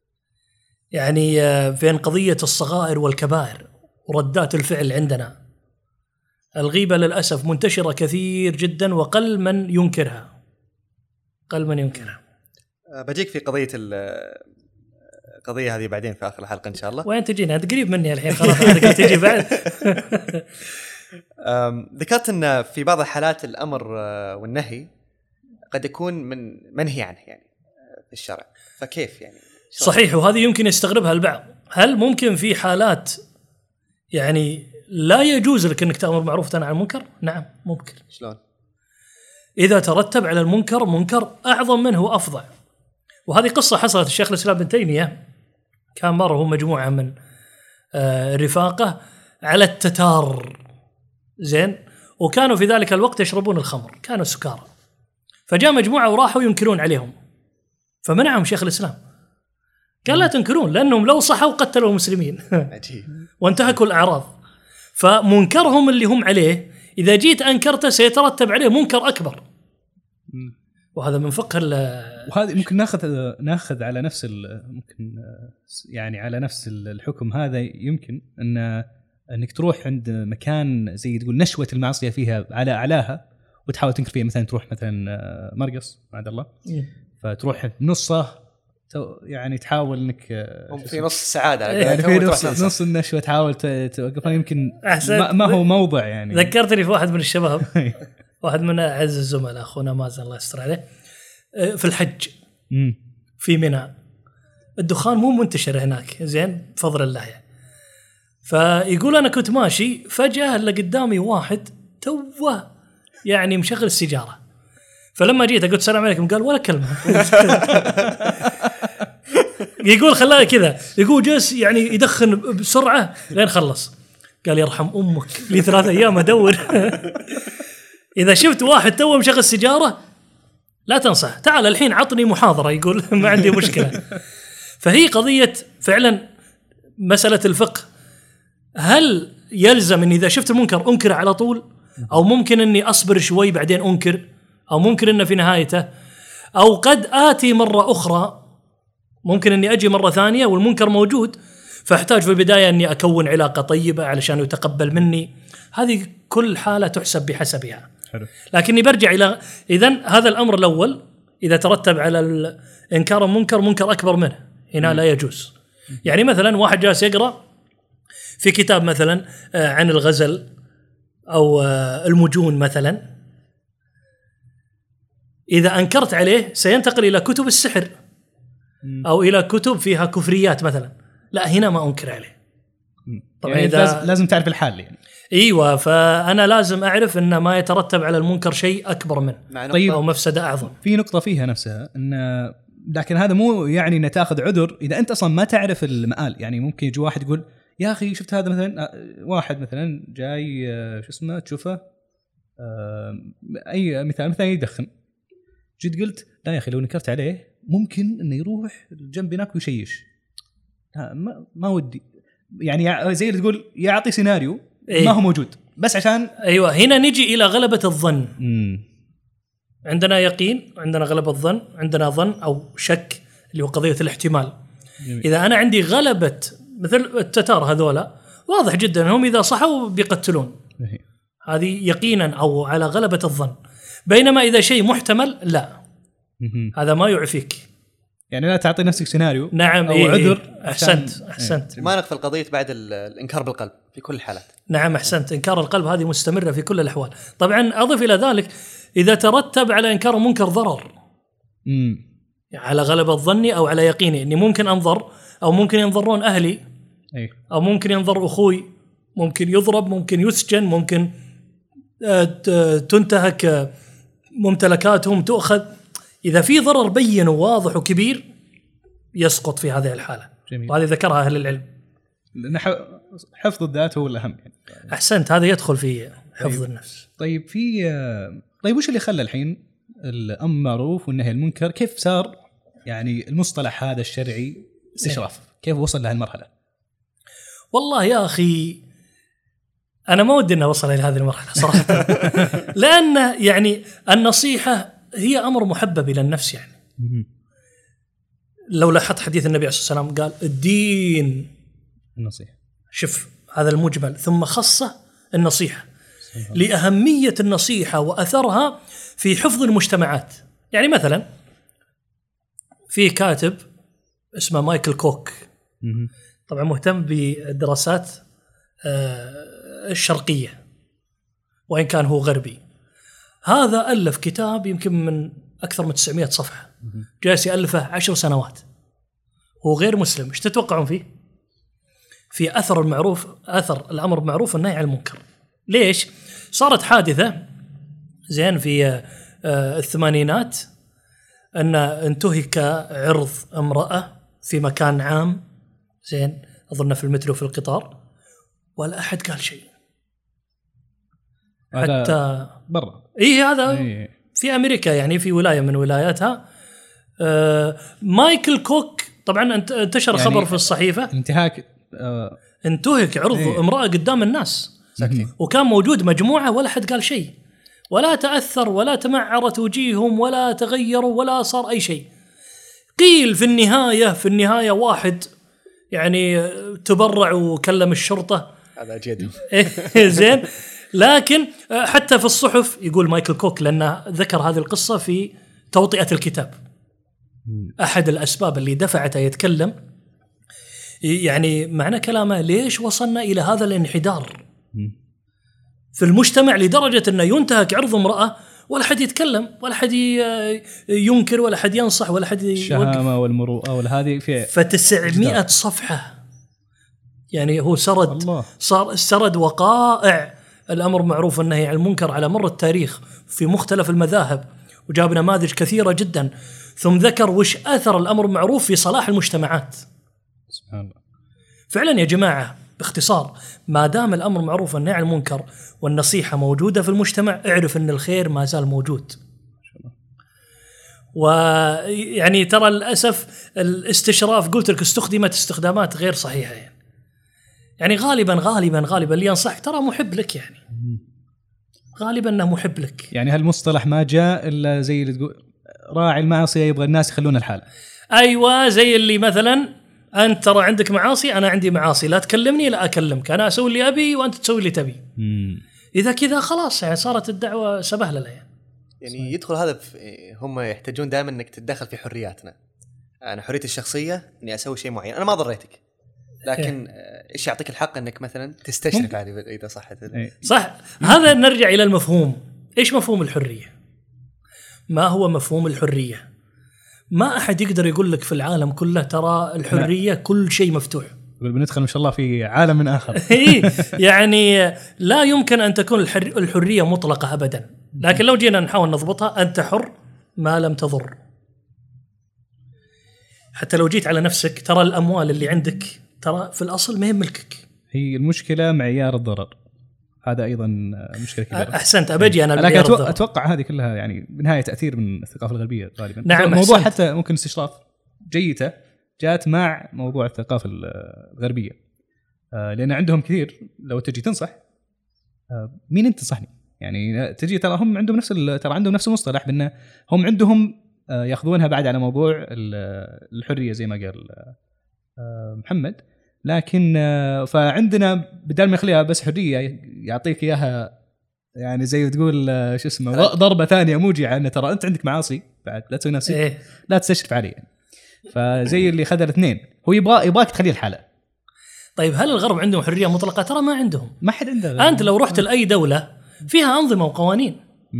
يعني بين قضية الصغائر والكبائر وردات الفعل. عندنا الغيبة للأسف منتشرة كثير جدا وقل من ينكرها، قل من ينكرها.
بجيك في قضية هذه بعدين في آخر الحلقة إن شاء الله.
وين تجينا؟ أنت قريب مني الحين خلاص قلت تجي بعد.
ذكرت أن في بعض الحالات الأمر والنهي قد يكون منهي عنه يعني في الشرع، فكيف يعني؟
صحيح، وهذه يمكن يستغربها البعض. هل ممكن في حالات يعني لا يجوز لك أنك تأمر معروف وتنهى عن المنكر؟ نعم ممكن.
شلون؟
إذا ترتب على المنكر منكر أعظم منه وأفضل. وهذه قصة حصلت الشيخ الإسلام ابن تيمية، كان مرة هو مجموعة من رفاقه على التتار، زين، وكانوا في ذلك الوقت يشربون الخمر، كانوا سكارى، فجاء مجموعة وراحوا ينكرون عليهم، فمنعهم شيخ الإسلام، قال لا تنكرون لأنهم لو صحوا قتلوا المسلمين وانتهكوا الأعراض، فمنكرهم اللي هم عليه إذا جيت أنكرته سيترتب عليه منكر أكبر. وهذا من فقه
وهذا ممكن ناخذ على نفس ممكن يعني على نفس الحكم هذا. يمكن انك تروح عند مكان زي تقول نشوة المعصية فيها على اعلاها وتحاول تنكر فيها، مثلا تروح مثلا مرقص بعد الله، فتروح نصه يعني تحاول انك
في نص السعاده
يعني في نص النشوة تحاول توقفها، يمكن ما هو موضع يعني.
ذكرتني في واحد من الشباب واحد من أعز الزملاء أخونا مازن الله يستر عليه في الحج في منى، الدخان مو منتشر هناك زين بفضل الله يعني. فيقول أنا كنت ماشي فجأة اللي قدامي واحد توه يعني مشغل السيجارة، فلما جيت قلت السلام عليكم قال ولا كلمة. يقول خلاه كذا، يقول جلس يعني يدخن بسرعة لين خلص، قال يرحم أمك لي 3 أيام أدور. إذا شفت واحد توه مشغل سيجارة لا تنصح، تعال الحين عطني محاضرة، يقول ما عندي مشكلة. فهي قضية فعلا مسألة الفقه، هل يلزم أني إذا شفت المنكر أنكر على طول، أو ممكن أني أصبر شوي بعدين أنكر، أو ممكن أنه في نهايته، أو قد آتي مرة أخرى، ممكن أني أجي مرة ثانية والمنكر موجود فأحتاج في البداية أني أكون علاقة طيبة علشان يتقبل مني. هذه كل حالة تحسب بحسبها. لكني برجع إلى إذن هذا الأمر الأول إذا ترتب على إنكار منكر منكر أكبر منه، هنا لا يجوز. يعني مثلا واحد جالس يقرأ في كتاب مثلا عن الغزل أو المجون مثلا، إذا أنكرت عليه سينتقل إلى كتب السحر أو إلى كتب فيها كفريات مثلا، لا هنا ما أنكر عليه.
طبعا يعني لازم تعرف الحال يعني.
ايوه، فانا لازم اعرف ان ما يترتب على المنكر شيء اكبر منه
طيب
او مفسده اعظم.
في نقطه فيها نفسها ان لكن هذا مو يعني ان تاخذ عذر اذا انت اصلا ما تعرف المآل. يعني ممكن يجي واحد يقول يا اخي شفت هذا مثلا، واحد مثلا جاي شو اسمه تشوفه اي مثال يدخن، جيت قلت لا يا اخي لو نكرت عليه ممكن انه يروح جنب هناك ويشيش، ما ودي يعني زي اللي تقول يعطي سيناريو ما هو موجود بس عشان
ايوه. هنا نجي الى غلبة الظن. عندنا يقين، عندنا غلبة الظن، عندنا ظن او شك اللي هو قضية الاحتمال. اذا انا عندي غلبة مثل التتار هذولا واضح جدا هم اذا صحوا بيقتلون، هذه يقينا او على غلبة الظن. بينما اذا شيء محتمل لا، هذا ما يعفيك،
يعني لا تعطي نفسك سيناريو.
نعم
أو عذر.
أحسنت.
ما نغفل قضية بعد الإنكار بالقلب في كل الحالات.
نعم أحسنت، إنكار القلب هذه مستمرة في كل الأحوال. طبعا أضف إلى ذلك إذا ترتب على إنكار منكر ضرر على غلبة ظني أو على يقيني إني ممكن أنظر أو ممكن ينظرون أهلي أو ممكن ينظر أخوي، ممكن يضرب، ممكن يسجن، ممكن تنتهك ممتلكاتهم تؤخذ. إذا في ضرر بين وواضح وكبير يسقط في هذه الحالة. وهذه ذكرها أهل العلم،
لأن حفظ الذات هو الأهم يعني.
أحسنت، هذا يدخل في حفظ النفس.
طيب طيب وش اللي خلى الحين الأمر معروف والنهي المنكر كيف صار يعني المصطلح هذا الشرعي استشراف؟ كيف وصل لهذه المرحلة؟
والله يا أخي أنا ما ودي أن أوصل إلى هذه المرحلة صراحة. لأن يعني النصيحة هي أمر محبب إلى النفس يعني. لو لاحظت حديث النبي عليه الصلاة والسلام قال الدين
النصيحة،
شوف هذا المجمل، ثم خصه النصيحة لأهمية النصيحة وأثرها في حفظ المجتمعات. يعني مثلا في كاتب اسمه مايكل كوك، طبعا مهتم بالدراسات الشرقية وإن كان هو غربي. هذا ألف كتاب يمكن من أكثر من 900 صفحة، جالس يألفه 10 سنوات، هو غير مسلم. إيش تتوقعون فيه؟ في أثر المعروف، أثر الأمر بالمعروف والنهي عن المنكر. ليش؟ صارت حادثة زين في الثمانينات أن انتهك عرض امرأة في مكان عام، زين أظن في المترو في القطار، ولا أحد قال شيء حتى
برا.
هذا في أمريكا، يعني في ولاية من ولاياتها. مايكل كوك طبعا انتشر يعني خبر في الصحيفة
انتهاك
انتهك عرض امرأة قدام الناس، وكان موجود مجموعة ولا حد قال شيء، ولا تأثر ولا تمعرت وجيههم ولا تغيروا ولا صار أي شيء. قيل في النهاية واحد يعني تبرع وكلم الشرطة،
هذا جدي
زين. لكن حتى في الصحف يقول مايكل كوك، لأنه ذكر هذه القصة في توطئة الكتاب، أحد الأسباب اللي دفعته يتكلم، يعني معنى كلامه ليش وصلنا إلى هذا الانحدار في المجتمع لدرجة أنه ينتهك عرض امرأة ولا حد يتكلم ولا حد ينكر ولا حد ينصح ولا حد يوقف.
الشهامة والمروءة والهذه في
900 صفحة، يعني هو سرد وقائع الأمر معروف والنهي عن المنكر على مر التاريخ في مختلف المذاهب، وجاب نماذج كثيرة جدا، ثم ذكر وش أثر الأمر معروف في صلاح المجتمعات.
سبحان الله.
فعلا يا جماعة باختصار، ما دام الأمر معروف والنهي عن المنكر والنصيحة موجودة في المجتمع، اعرف أن الخير ما زال موجود. ويعني ترى للأسف الاستشراف قلت لك استخدمت استخدامات غير صحيحة، يعني غالبا اللي ينصحك ترى محب لك، يعني غالبا أنه محب لك.
يعني هالمصطلح ما جاء إلا زي اللي تقول راعي المعاصي يبغى الناس يخلون الحال.
أيوة، زي اللي مثلا أنت ترى عندك معاصي، أنا عندي معاصي، لا تكلمني لا أكلمك، أنا أسوي اللي أبي وأنت تسوي اللي تبي. إذا كذا خلاص يعني صارت الدعوة سبهلة
يعني يدخل هذا هم يحتاجون دائما أنك تتدخل في حرياتنا. أنا حريتي الشخصية إني أسوي شيء معين، أنا ما ضريتك، لكن إيش يعطيك الحق أنك مثلا تستشرف علي إذا صحت.
صح. هذا نرجع إلى المفهوم. إيش مفهوم الحرية؟ ما هو مفهوم الحرية؟ ما أحد يقدر يقول لك في العالم كله ترى الحرية كل شيء مفتوح.
بندخل إن شاء الله في عالم من آخر.
يعني لا يمكن أن تكون الحرية مطلقة أبدا، لكن لو جينا نحاول نضبطها، أنت حر ما لم تضر. حتى لو جيت على نفسك، ترى الأموال اللي عندك ترى في الأصل ما هي ملكك.
هي المشكلة معيار الضرر، هذا أيضا مشكلة كبيرة.
أحسنت، أبجي أنا.
لكن أتوقع هذه كلها يعني بنهاية تأثير من الثقافة الغربية غالبا.
نعم،
موضوع حتى ممكن استشراف جيته جاءت مع موضوع الثقافة الغربية، لأن عندهم كثير لو تجي تنصح مين أنت تنصحني، يعني تجي ترى هم عندهم عندهم نفس المصطلح، بأن هم عندهم يأخذونها بعد على موضوع الحرية زي ما قال محمد. لكن فعندنا بدل ما يخليها بس حرية يعطيك إياها يعني زي تقول شو اسمه ضربة ثانية موجعة، أن ترى أنت عندك معاصي بعد لا تسوي نفسك لا تستشرف عليه يعني. فزي اللي خذ الاثنين، هو يبغاك تخليه الحالة.
طيب هل الغرب عندهم حرية مطلقة؟ ترى ما عندهم،
ما حد عنده.
أنت لو رحت لأي دولة فيها أنظمة وقوانين،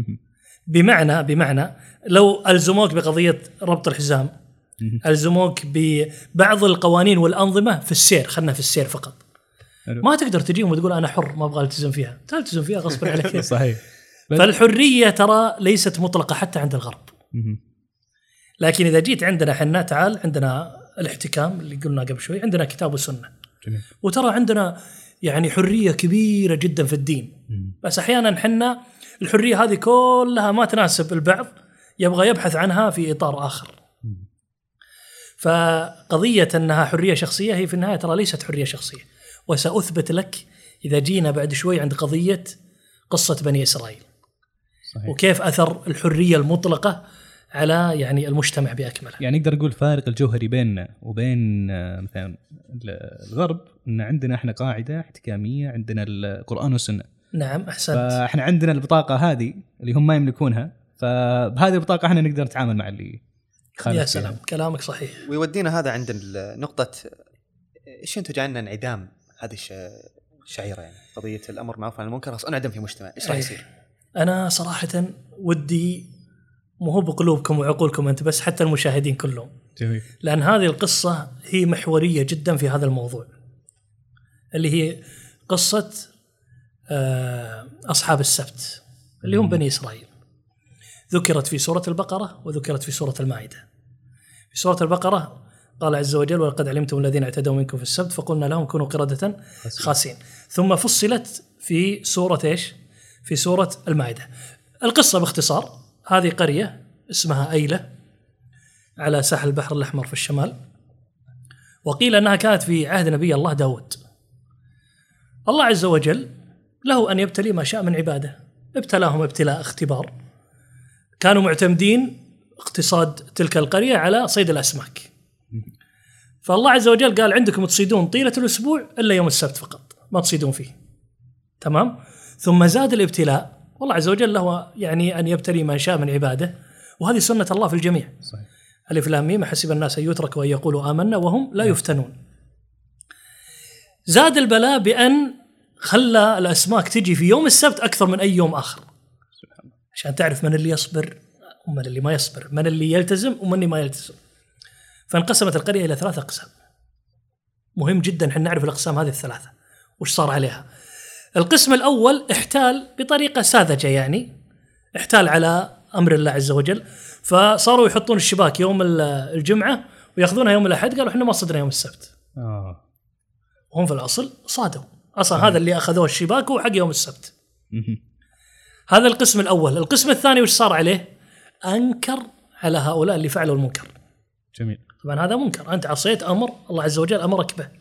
بمعنى لو ألزموك بقضية ربط الحزام، ألزموك ببعض القوانين والأنظمة في السير، خلنا في السير فقط، ما تقدر تجيهم وتقول أنا حر ما أبغى التزم فيها، تلتزم فيها غصب عليك.
صحيح.
فالحرية ترى ليست مطلقة حتى عند الغرب. لكن إذا جيت عندنا حنا، تعال عندنا الاحتكام اللي قلنا قبل شوي، عندنا كتاب وسنة، وترى عندنا يعني حرية كبيرة جدا في الدين. بس أحيانا حنا الحرية هذه كلها ما تناسب البعض، يبغى يبحث عنها في إطار آخر. فقضية أنها حرية شخصية هي في النهاية ترى ليست حرية شخصية. وسأثبت لك إذا جينا بعد شوي عند قضية قصة بني إسرائيل. صحيح. وكيف أثر الحرية المطلقة على يعني المجتمع بأكمله.
يعني نقدر نقول فارق الجوهري بيننا وبين مثلا الغرب، إن عندنا إحنا قاعدة احتكامية، عندنا القرآن والسنة.
نعم أحسنت.
فإحنا عندنا البطاقة هذه اللي هم ما يملكونها، فبهذه البطاقة إحنا نقدر نتعامل مع اللي
يا سلام كلامك صحيح.
ويودينا هذا عند نقطة إيش أنتوا جعلنا انعدام هذه الشعيرة، يعني قضية الأمر معروف عن المنكر انعدم في المجتمع، إيش راح يصير؟
أنا صراحة ودي مو هو بقلوبكم وعقولكم أنت بس، حتى المشاهدين كلهم.
جميل.
لأن هذه القصة هي محورية جدا في هذا الموضوع، اللي هي قصة أصحاب السبت اللي هم بني إسرائيل. ذكرت في سورة البقرة وذكرت في سورة المائدة. في سورة البقرة قال عز وجل: ولقد علمتم الذين اعتدوا منكم في السبت فقلنا لهم كونوا قردة خاسئين. ثم فصلت في سورة إيش؟ في سورة المائدة. القصة باختصار: هذه قرية اسمها أيلة على ساحل البحر الأحمر في الشمال، وقيل أنها كانت في عهد نبي الله داود. الله عز وجل له أن يبتلي ما شاء من عباده، ابتلاهم ابتلاء اختبار. كانوا معتمدين اقتصاد تلك القرية على صيد الأسماك، فالله عز وجل قال: عندكم تصيدون طيلة الأسبوع إلا يوم السبت فقط ما تصيدون فيه. تمام؟ ثم زاد الابتلاء، والله عز وجل له يعني أن يبتلي من شاء من عباده، وهذه سنة الله في الجميع.
صحيح.
ألف لام ميم حسب الناس أن يتركوا أن يقولوا آمنا وهم لا يفتنون. زاد البلاء بأن خلى الأسماك تجي في يوم السبت أكثر من أي يوم آخر، عشان تعرف من اللي يصبر ومن اللي ما يصبر، من اللي يلتزم ومن اللي ما يلتزم. فانقسمت القرية إلى 3 أقسام. مهم جدا حين نعرف الأقسام هذه الثلاثة وش صار عليها. القسم الأول احتال بطريقة ساذجة، يعني احتال على أمر الله عز وجل، فصاروا يحطون الشباك يوم الجمعة ويأخذونها يوم الأحد. قالوا إحنا ما صدنا يوم السبت. وهم في الأصل صادوا، أصلا هذا اللي أخذوه الشباك هو حق يوم السبت. هذا القسم الأول. القسم الثاني وش صار عليه؟ أنكر على هؤلاء اللي فعلوا المنكر.
جميل.
طبعا هذا منكر، أنت عصيت أمر الله عز وجل أمرك به.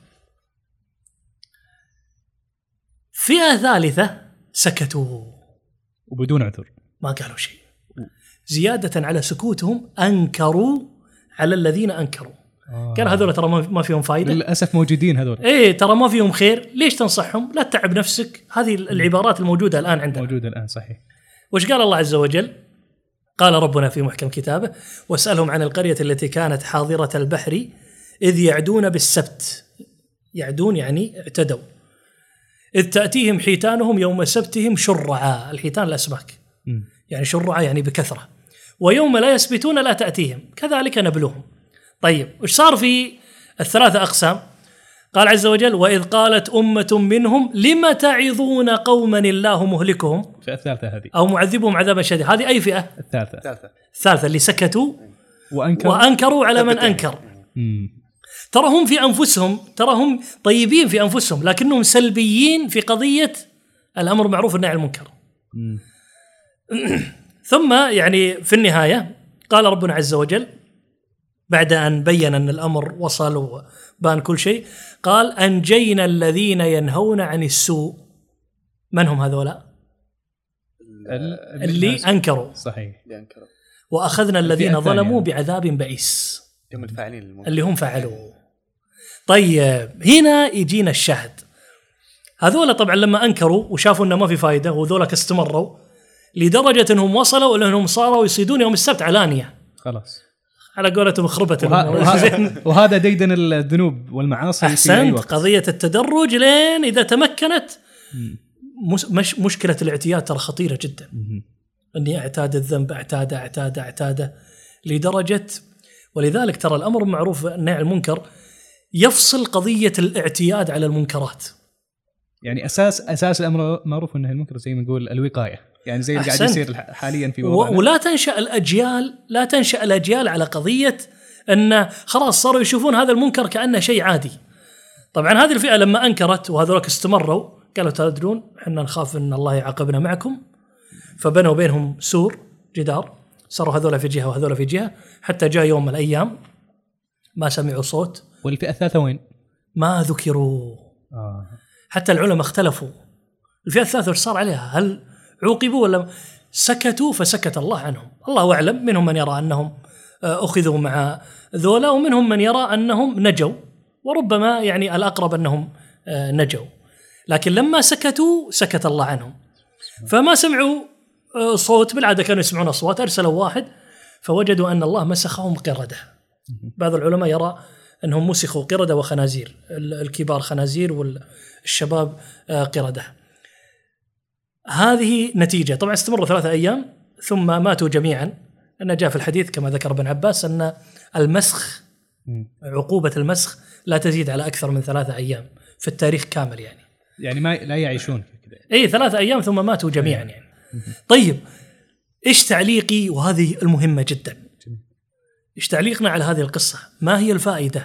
فئة ثالثة سكتوا
وبدون عذر،
ما قالوا شيء. زيادة على سكوتهم أنكروا على الذين أنكروا. قال هذول ترى ما فيهم فايدة،
للأسف موجودين هذول.
إيه ترى ما فيهم خير، ليش تنصحهم؟ لا تتعب نفسك. هذه العبارات الموجودة الآن عندنا،
موجودة الآن. صحيح.
وش قال الله عز وجل؟ قال ربنا في محكم كتابه: واسألهم عن القرية التي كانت حاضرة البحر إذ يعدون بالسبت. يعدون يعني اعتدوا. إذ تأتيهم حيتانهم يوم سبتهم شرعا. الحيتان الأسماك، يعني شرعا يعني بكثرة. ويوم لا يسبتون لا تأتيهم كذلك نبلوهم. طيب وش صار في ال3 أقسام؟ قال عز وجل: وإذ قالت أمة منهم لم تعظون قوما الله مهلكهم.
في الثالثة هذه،
أو معذبهم عذابا شديدا. هذه أي فئة؟ الثالثة اللي سكتوا وأنكروا على من أنكر. ترى هم في أنفسهم، ترى هم طيبين في أنفسهم، لكنهم سلبيين في قضية الأمر معروف والنهي عن المنكر. ثم يعني في النهاية قال ربنا عز وجل بعد أن بين أن الأمر وصل وبان كل شيء، قال: أنجينا الذين ينهون عن السوء. من هم هذولا؟ اللي أنكروا.
صحيح.
وأخذنا الذين ظلموا بعذاب بئيس، اللي هم فعلوا. طيب هنا يجينا الشاهد. هذولا طبعا لما أنكروا وشافوا أنه ما في فايدة وذولا استمروا لدرجة أنهم وصلوا إلى أنهم صاروا يصيدون يوم السبت علانية.
خلاص
على قولتهم خربت.
وهذا ديدن الذنوب والمعاصي.
أحسنت. قضية التدرج لين إذا تمكنت. مشكلة الاعتياد ترى خطيرة جدا. أني أعتاد الذنب، أعتاد لدرجة، ولذلك ترى الأمر معروف والنهي عن المنكر يفصل قضية الاعتياد على المنكرات. يعني
أساس الأمر معروف والنهي عن المنكر زي ما نقول الوقاية، يعني زي اللي قاعد يصير حاليا في وضعنا.
ولا تنشأ الأجيال على قضية أن خلاص صاروا يشوفون هذا المنكر كأنه شيء عادي. طبعا هذه الفئة لما أنكرت وهذولك استمروا قالوا تدرون احنا نخاف أن الله يعاقبنا معكم، فبنوا بينهم سور، جدار، صاروا هذول في جهة وهذول في جهة، حتى جاء يوم من الأيام ما سمعوا صوت.
والفئة الثالثة وين؟
ما ذكروا. حتى العلماء اختلفوا الفئة الثالثة وش صار عليها، هل عوقبوا ولا سكتوا فسكت الله عنهم؟ الله أعلم. منهم من يرى أنهم أخذوا مع ذولا، ومنهم من يرى أنهم نجوا، وربما يعني الأقرب أنهم نجوا. لكن لما سكتوا سكت الله عنهم، فما سمعوا صوت. بالعادة كانوا يسمعون أصوات، أرسلوا واحد فوجدوا أن الله مسخهم قردة. بعض العلماء يرى أنهم مسخوا قردة وخنازير، الكبار خنازير والشباب قردة. هذه نتيجة. طبعا استمروا 3 أيام ثم ماتوا جميعا، لأن جاء في الحديث كما ذكر ابن عباس أن المسخ، عقوبة المسخ لا تزيد على أكثر من 3 أيام في التاريخ كامل، يعني
ما لا يعيشون كذا.
3 أيام ثم ماتوا جميعا يعني. طيب إيش تعليقي؟ وهذه المهمة جدا، إيش تعليقنا على هذه القصة؟ ما هي الفائدة؟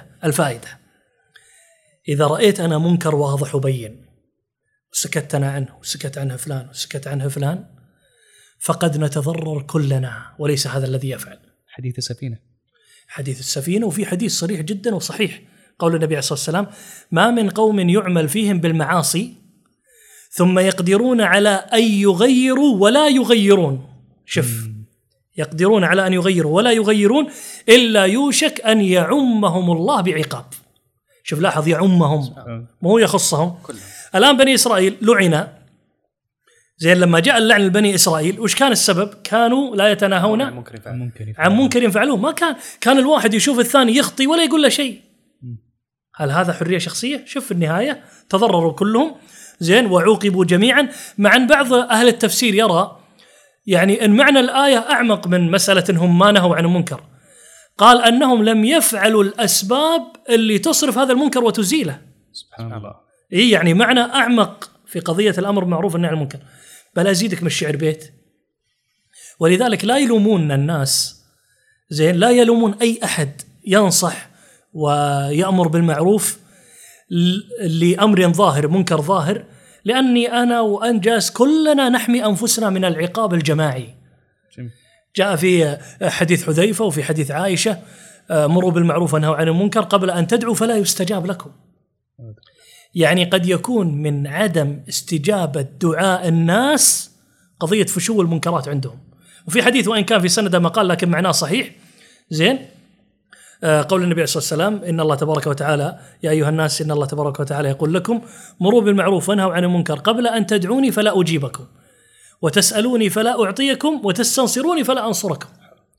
إذا رأيت أنا منكر واضح وبين وسكت أنا عنه وسكت عنه فلان وسكت عنه فلان، فقد نتضرر كلنا، وليس هذا الذي يفعل. حديث السفينة، وفي حديث صريح جدا وصحيح قول النبي عليه الصلاة والسلام: ما من قوم يعمل فيهم بالمعاصي ثم يقدرون على أن يغيروا ولا يغيرون. شوف، يقدرون على أن يغيروا ولا يغيرون إلا يوشك أن يعمهم الله بعقاب. شوف، لاحظ، يعمهم، مو يخصهم. الآن بني إسرائيل لعنا، زين، لما جاء اللعن لبني إسرائيل وش كان السبب؟ كانوا لا يتناهون عن منكر يفعلوه. ما كان الواحد يشوف الثاني يخطي ولا يقول له شيء. هل هذا حرية شخصية؟ شوف في النهاية تضرروا كلهم، زين، وعوقبوا جميعا. مع أن بعض أهل التفسير يرى يعني أن معنى الآية أعمق من مسألة أنهم ما نهوا عن المنكر. قال أنهم لم يفعلوا الأسباب اللي تصرف هذا المنكر وتزيله.
سبحان الله.
يعني معنى أعمق في قضية الأمر بالمعروف والنهي عن المنكر. بل أزيدك من الشعر بيت. ولذلك لا يلومون الناس، زين، لا يلومون أي أحد ينصح ويأمر بالمعروف لأمر ظاهر منكر ظاهر، لأني أنا وأنجاس كلنا نحمي أنفسنا من العقاب الجماعي. جاء في حديث حذيفة وفي حديث عائشة: مروا بالمعروف ونهوا عن المنكر قبل أن تدعوا فلا يستجاب لكم. يعني قد يكون من عدم استجابة دعاء الناس قضية فشو المنكرات عندهم. وفي حديث وإن كان في سنده مقال لكن معناه صحيح، زين، قول النبي عليه الصلاة والسلام: إن الله تبارك وتعالى، يا أيها الناس إن الله تبارك وتعالى يقول لكم: مروا بالمعروف وانهوا عن المنكر قبل أن تدعوني فلا أجيبكم، وتسألوني فلا أعطيكم، وتستنصروني فلا أنصركم.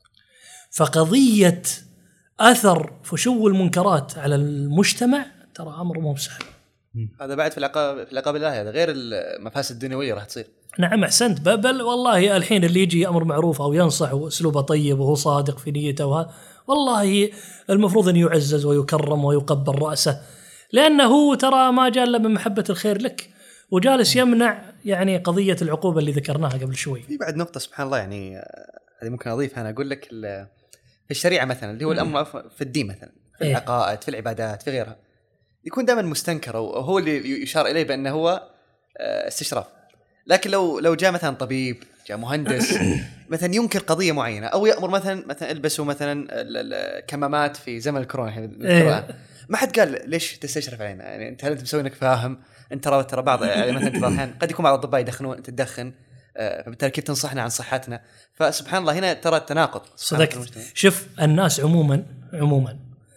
فقضية أثر فشو المنكرات على المجتمع ترى أمر مو سهل.
هذا بعد في العقاب الله، هذا غير المفاسد الدنيوية راح تصير.
نعم، أحسنت. بل والله الحين اللي يجي أمر معروف أو ينصح وأسلوبه طيب وهو صادق في نيته وهذا، والله المفروض أن يعزز ويكرم ويقبل رأسه، لأنه ترى ما جاء إلا من محبة الخير لك، وجالس يمنع يعني قضية العقوبة اللي ذكرناها قبل شوي.
في بعد نقطة سبحان الله، يعني هذه ممكن أضيفها أنا. أقول لك في الشريعة مثلا اللي هو الأمر في الدين مثلا، في العقائد، في العبادات، في غيرها، يكون دائما مستنكر وهو اللي يشار إليه بأنه هو استشراف. لكن لو جاء مثلا طبيب، جاء مهندس مثلا ينكر قضية معينة، أو يأمر مثلا البسوا مثلا الكمامات في زمن الكورونا، ما حد قال ليش تستشرف علينا؟ يعني هل أنت مسوي إنك فاهم؟ أنت ترى بعض يعني مثلا الحين قد يكون بعض الأطباء يدخنون، أنت تدخن، فبالتالي كيف تنصحنا عن صحتنا؟ فسبحان الله هنا ترى التناقض.
صدقت. شوف، الناس عموما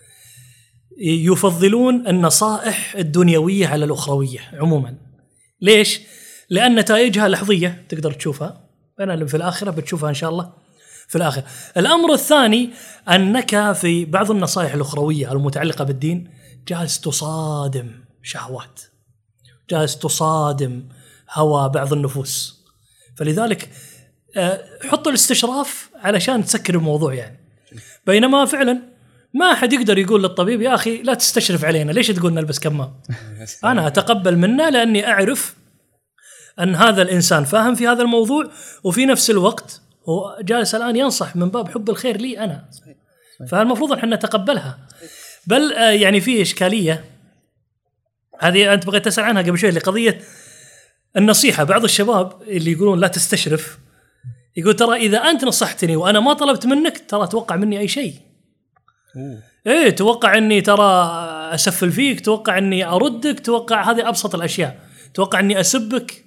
يفضلون النصائح الدنيوية على الأخروية عموما. ليش؟ لأن نتائجها لحظية تقدر تشوفها، أنا في الآخرة بتشوفها إن شاء الله في الآخرة. الأمر الثاني أنك في بعض النصائح الأخروية المتعلقة بالدين جالس تصادم شهوات، جالس تصادم هوى بعض النفوس. فلذلك حط الاستشراف علشان تسكر الموضوع يعني. بينما فعلا ما أحد يقدر يقول للطبيب: يا أخي لا تستشرف علينا، ليش تقول نلبس كمام؟ أنا أتقبل منه لأني أعرف أن هذا الإنسان فاهم في هذا الموضوع، وفي نفس الوقت هو جالس الآن ينصح من باب حب الخير لي أنا، فالمفروض أن احنا نتقبلها. بل يعني في إشكالية هذه أنت بغيت تسأل عنها قبل شوي، لقضية النصيحة. بعض الشباب اللي يقولون لا تستشرف يقول: ترى إذا أنت نصحتني وأنا ما طلبت منك ترى توقع مني أي شيء. إيه، توقع أني ترى أسفل فيك، توقع أني أردك، توقع هذه أبسط الأشياء، توقع أني أسبك.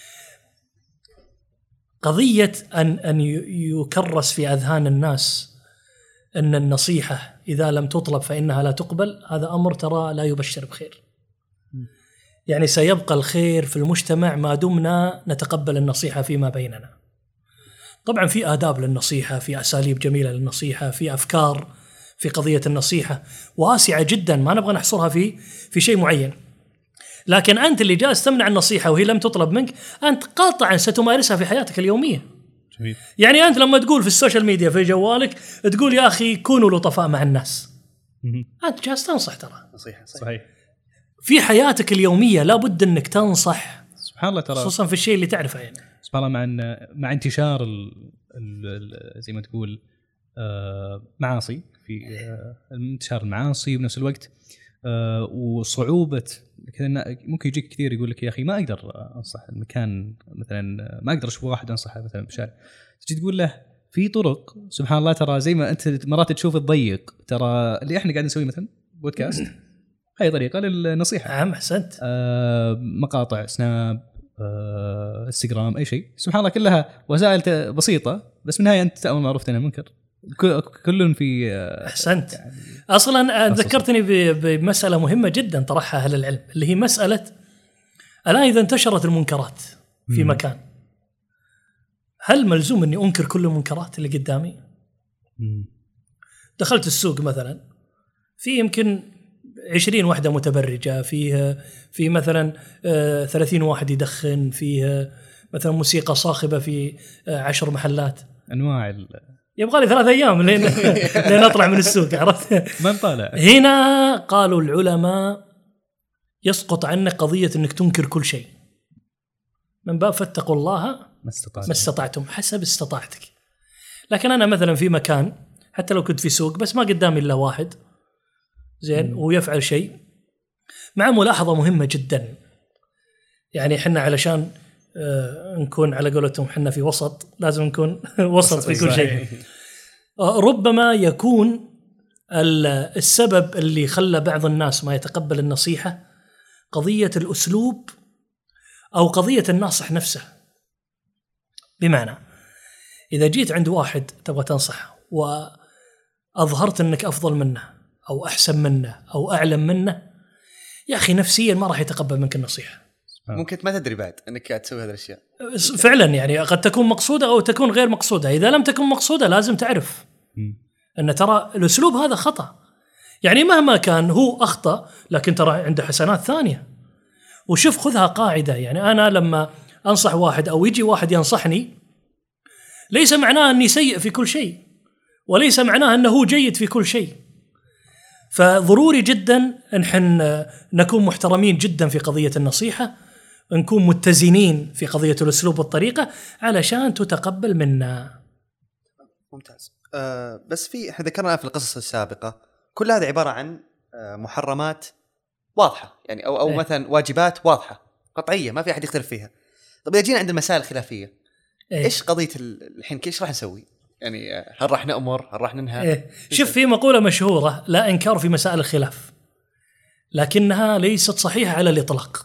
قضية أن يكرس في أذهان الناس أن النصيحة إذا لم تطلب فإنها لا تقبل، هذا أمر ترى لا يبشر بخير. يعني سيبقى الخير في المجتمع ما دمنا نتقبل النصيحة فيما بيننا. طبعا في آداب للنصيحة، في أساليب جميلة للنصيحة، في أفكار في قضية النصيحة واسعة جدا، ما نبغى نحصرها في شيء معين. لكن أنت اللي جالس تمنع النصيحة وهي لم تطلب منك، أنت قاطعا ستمارسها في حياتك اليومية.
جميل.
يعني أنت لما تقول في السوشيال ميديا في جوالك تقول يا أخي كونوا لطفاء مع الناس، أنت جالس تنصح. ترى
نصيحة
صحيح.
في حياتك اليومية لابد أنك تنصح،
سبحان الله، ترى
خصوصا في الشيء اللي تعرفه. يعني
سبحان الله مع انتشار زي ما تقول معاصي، في انتشار المعاصي بنفس الوقت وصعوبة كذا، ممكن يجيك كثير يقول لك يا أخي ما أقدر أنصح المكان مثلا، ما أقدر أشوف واحد أنصحه مثلا بالشارع، تجي تقول له في طرق. سبحان الله، ترى زي ما أنت مرات تشوف الضيق، ترى اللي إحنا قاعدين نسوي مثلا بودكاست هاي طريقة للنصيحة.
نعم أحسنت.
مقاطع سناب، انستغرام، أي شيء، سبحان الله كلها وسائل بسيطة، بس من النهاية أنت تأمر معروف تنهى المنكر، كل في
أحسنت. يعني أصلا ذكرتني بمسألة مهمة جدا طرحها أهل العلم، اللي هي مسألة الآن إذا انتشرت المنكرات في مكان، هل ملزوم أني أنكر كل المنكرات اللي قدامي؟ دخلت السوق مثلا، في يمكن 20 وحدة متبرجة، في مثلا 30 واحد يدخن، فيه مثلا موسيقى صاخبة في 10 محلات،
أنواع
يبغى لي 3 أيام لين أطلع من السوق، عرفت؟
ما نطالع.
هنا قالوا العلماء يسقط عنك قضية أنك تنكر كل شيء، من باب فاتقوا الله ما استطعتم، حسب استطاعتك. لكن أنا مثلا في مكان، حتى لو كنت في سوق بس ما قدامي إلا واحد زين ويفعل شيء، مع ملاحظة مهمة جدا. يعني حنا علشان نكون على قولتهم حنا في وسط، لازم نكون وسط في كل شيء. ربما يكون السبب اللي خلى بعض الناس ما يتقبل النصيحة قضية الأسلوب أو قضية الناصح نفسه. بمعنى إذا جيت عند واحد تبغى تنصحه وأظهرت أنك أفضل منه أو أحسن منه أو أعلم منه، يا أخي نفسيا ما راح يتقبل منك النصيحة.
ممكن ما تدري بعد أنك قاعد تسوي هذه الأشياء
فعلا. يعني قد تكون مقصودة أو تكون غير مقصودة. إذا لم تكن مقصودة لازم تعرف أن ترى الأسلوب هذا خطأ. يعني مهما كان هو أخطأ، لكن ترى عنده حسنات ثانية. وشوف خذها قاعدة، يعني أنا لما أنصح واحد أو يجي واحد ينصحني، ليس معناه أني سيء في كل شيء، وليس معناه أنه جيد في كل شيء. فضروري جدا أن نكون محترمين جدا في قضية النصيحة، نكون متزنين في قضية الأسلوب والطريقة علشان تتقبل منا.
ممتاز. بس احنا ذكرنا في القصص السابقة كل هذا عبارة عن محرمات واضحة، يعني أو مثلا واجبات واضحة قطعية ما في أحد يختلف فيها. طب إذا جينا عند المسائل الخلافية، إيش قضية الحين؟ كيف راح نسوي؟ يعني هل راح نأمر؟ هل راح ننهى؟
شوف، في مقولة مشهورة: لا إنكار في مسائل الخلاف، لكنها ليست صحيحة على الإطلاق.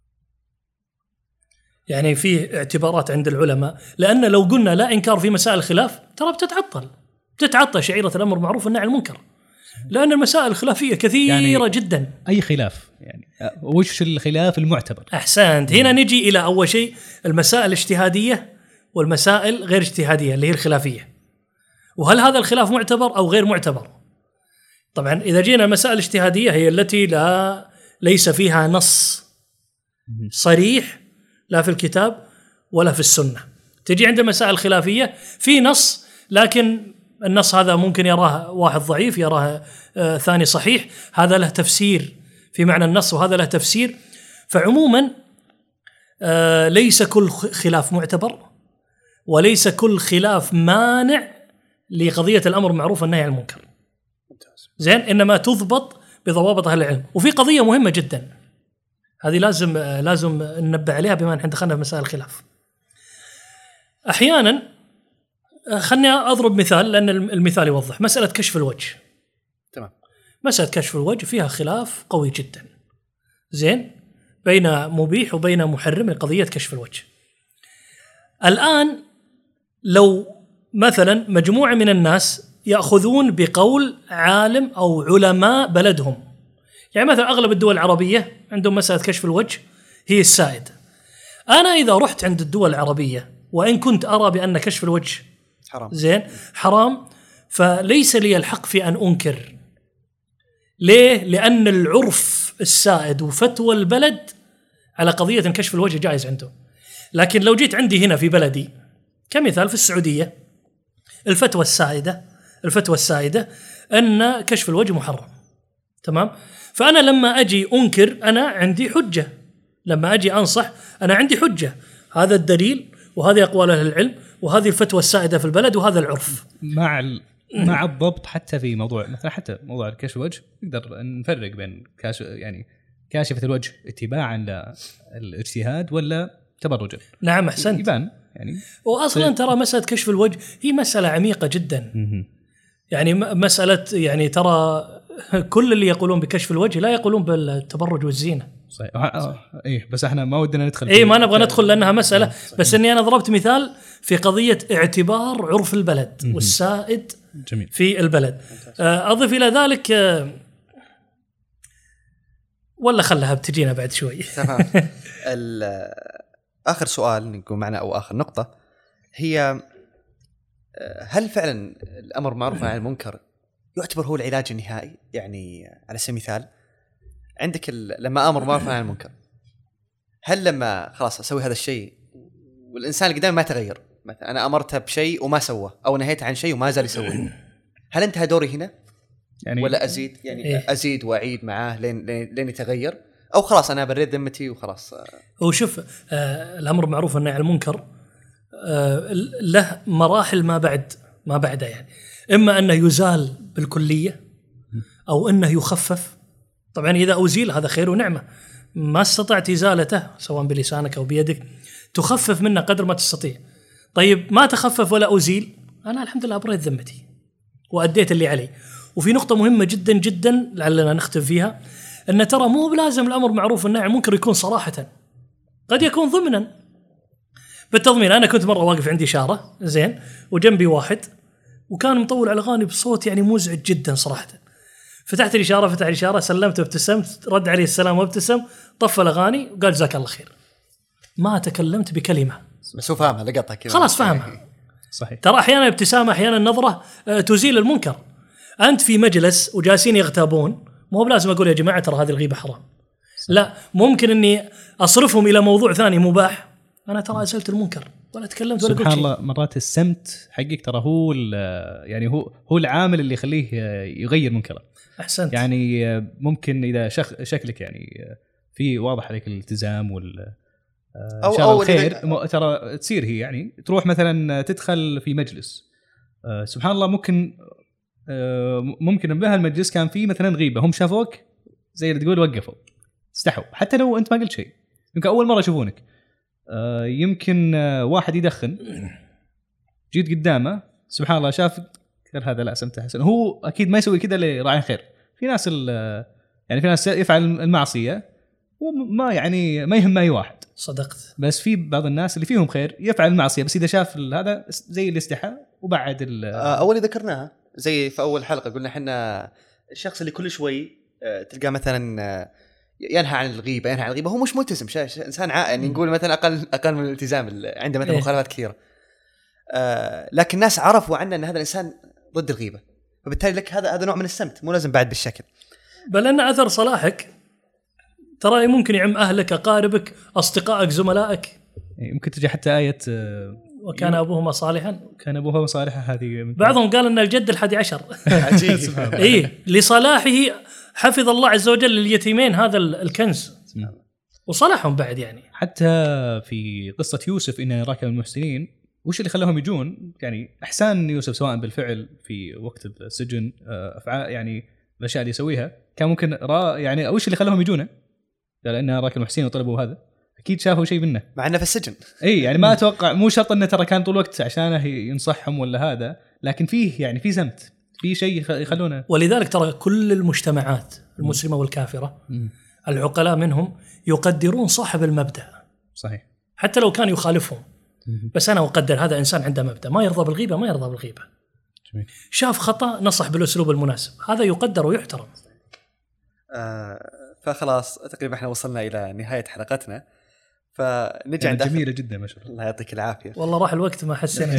يعني في اعتبارات عند العلماء، لأن لو قلنا لا إنكار في مسائل الخلاف ترى بتتعطل شعيرة الأمر معروف والنهي عن المنكر، لأن المسائل الخلافية كثيرة يعني جدا.
أي خلاف يعني وش الخلاف المعتبر؟
أحسنت. هنا نجي إلى أول شيء المسائل الاجتهادية والمسائل غير اجتهادية اللي هي الخلافية، وهل هذا الخلاف معتبر أو غير معتبر؟ طبعا إذا جينا المسائل الاجتهادية هي التي ليس فيها نص صريح لا في الكتاب ولا في السنة. تجي عند المسائل الخلافية في نص، لكن النص هذا ممكن يراه واحد ضعيف، يراه ثاني صحيح، هذا له تفسير في معنى النص وهذا له تفسير. فعموما ليس كل خلاف معتبر، وليس كل خلاف مانع لقضية الأمر معروف والنهي عن المنكر. زين، إنما تضبط بضوابط أهل العلم. وفي قضية مهمة جدا هذه لازم ننبه عليها بما أن دخلنا في مسائل الخلاف. أحيانا خلني أضرب مثال لأن المثال يوضح. مسألة كشف الوجه.
تمام.
مسألة كشف الوجه فيها خلاف قوي جدا، زين، بين مبيح وبين محرم لقضية كشف الوجه. الآن لو مثلا مجموعة من الناس يأخذون بقول عالم أو علماء بلدهم، يعني مثلا أغلب الدول العربية عندهم مسألة كشف الوجه هي السائد. أنا إذا رحت عند الدول العربية وإن كنت أرى بأن كشف الوجه
حرام
زين حرام، فليس لي الحق في أن أنكر. ليه؟ لأن العرف السائد وفتوى البلد على قضية كشف الوجه جائز عنده. لكن لو جيت عندي هنا في بلدي كمثال في السعودية، الفتوى السائدة أن كشف الوجه محرم، تمام؟ فأنا لما أجي أنكر أنا عندي حجة، لما أجي أنصح أنا عندي حجة، هذا الدليل وهذه أقوال أهل العلم وهذه الفتوى السائدة في البلد وهذا العرف.
مع الضبط حتى في موضوع مثلا حتى موضوع الكشف الوجه نقدر نفرق بين يعني كاشفة الوجه اتباعا للاجتهاد ولا تبرجا.
نعم أحسنت.
يبان يعني.
وأصلا ترى مسألة كشف الوجه هي مسألة عميقة جدا. يعني مسألة يعني ترى كل اللي يقولون بكشف الوجه لا يقولون بالتبرج والزينة.
صحيح. إيه بس إحنا ما ودنا ندخل.
إيه ما نبغى ندخل لأنها مسألة. بس إني أنا ضربت مثال في قضية اعتبار عرف البلد والسائد
جميل.
في البلد. أضيف إلى ذلك ولا خلها بتجينا بعد شوي.
تمام. آخر سؤال نقول معنا أو آخر نقطة هي هل فعلا الأمر بالمعروف والنهي عن المنكر يعتبر هو العلاج النهائي؟ يعني على سبيل المثال عندك لما أمر بالمعروف والنهي عن المنكر، هل لما خلاص أسوي هذا الشيء والإنسان اللي قدامي ما تغير، مثلا أنا أمرته بشيء وما سوى أو نهيت عن شيء وما زال يسوي، هل انتهى دوري هنا يعني ولا أزيد يعني إيه؟ أزيد وأعيد معاه لين يتغير، أو خلاص أنا بريت ذمتي وخلاص؟
وشوف الأمر بالمعروف والنهي عن المنكر له مراحل ما بعده يعني، إما أنه يزال بالكلية أو أنه يخفف. طبعا إذا أزيل هذا خير ونعمة، ما استطعت إزالته سواء بلسانك أو بيدك تخفف منه قدر ما تستطيع. طيب ما تخفف ولا أزيل، أنا الحمد لله أبريت ذمتي وأديت اللي علي. وفي نقطة مهمة جدا جدا لعلنا نختم فيها، أن ترى مو بلازم الأمر معروف والنهي ممكن يكون صراحة، قد يكون ضمنا بالتضمين. أنا كنت مرة واقف عندي إشارة زين وجنبي واحد وكان مطول على أغاني بصوت يعني مزعج جدا صراحة. فتحت الإشارة سلمت وابتسمت، رد عليه السلام وابتسم، طفى الأغاني وقال جزاك الله خير. ما تكلمت بكلمة
بس هو فاهمها لقطها كذا
خلاص فاهمها.
صحيح.
ترى أحيانا ابتسامة أحيانا نظرة تزيل المنكر. أنت في مجلس وجالسين يغتابون، مو بلازم أقول يا جماعة ترى هذه الغيبة حرام، لا ممكن إني أصرفهم إلى موضوع ثاني مباح، أنا ترى أزلت المنكر ولا تكلمت ولا قلت شيء.
سبحان الله مرات السمت حقك ترى هو يعني هو العامل اللي يخليه يغير منكره.
أحسنت.
يعني ممكن إذا شكلك يعني في واضح عليك الالتزام وال أو الخير ترى تصير هي يعني تروح مثلا تدخل في مجلس سبحان الله ممكن بهالمجلس كان في مثلا غيبة، هم شافوك زي اللي تقول وقفوا استحوا حتى لو أنت ما قلت شيء، يمكن أول مرة يشوفونك. يمكن واحد يدخن جيت قدامه سبحان الله شاف هذا لا سمته حسن، هو أكيد ما يسوي كذا لراعي خير. في ناس يعني في ناس يفعل المعصية وما يعني ما يهم أي واحد.
صدقت.
بس في بعض الناس اللي فيهم خير يفعل المعصية بس إذا شاف هذا زي الاستحاء وبعد
أول ذكرناها زي في أول حلقة قلنا حنا الشخص اللي كل شوي تلقى مثلا ينهى عن الغيبة هو مش ملتزم، إنسان يعني نقول مثلا أقل من الالتزام، عنده مثلا مخالفات كثيرة، لكن الناس عرفوا عنه أن هذا الإنسان ضد الغيبة، فبالتالي لك هذا نوع من السمت، مو لازم بعد بالشكل.
بل أن أثر صلاحك ترى ممكن يعم أهلك أقاربك أصدقائك زملائك.
ممكن تجي حتى آية
وكان أبوهما صالحا.
كان أبوهما صالحا هذه
بعضهم قال أن الجد 11
عجيب.
إيه لصلاحه حفظ الله عز وجل لليتيمين هذا الكنز وصلحهم بعد. يعني
حتى في قصة يوسف إن يراك من المحسنين، وش اللي خلاهم يجون؟ يعني إحسان يوسف سواء بالفعل في وقت السجن أفعال يعني الأشياء اللي يسويها كان ممكن يعني وش اللي خلاهم يجونه؟ لأن راك المحسنين وطلبوا هذا أكيد شافوا شيء منه
مع أنه في السجن.
أي يعني ما أتوقع مو شرط أنه ترى كان طول الوقت عشانه ينصحهم ولا هذا، لكن فيه يعني في زمت في شيء يخلونه.
ولذلك ترى كل المجتمعات المسلمة والكافرة العقلاء منهم يقدرون صاحب المبدأ.
صحيح.
حتى لو كان يخالفهم بس أنا أقدر هذا إنسان عنده مبدأ، ما يرضى بالغيبة ما يرضى بالغيبة. شاف خطأ نصح بالأسلوب المناسب، هذا يقدر ويحترم.
فخلاص تقريبا احنا وصلنا إلى نهاية حلقتنا، فنجي عند
جميله جدا ما شاء الله.
الله يعطيك العافيه.
والله راح الوقت ما حسينا.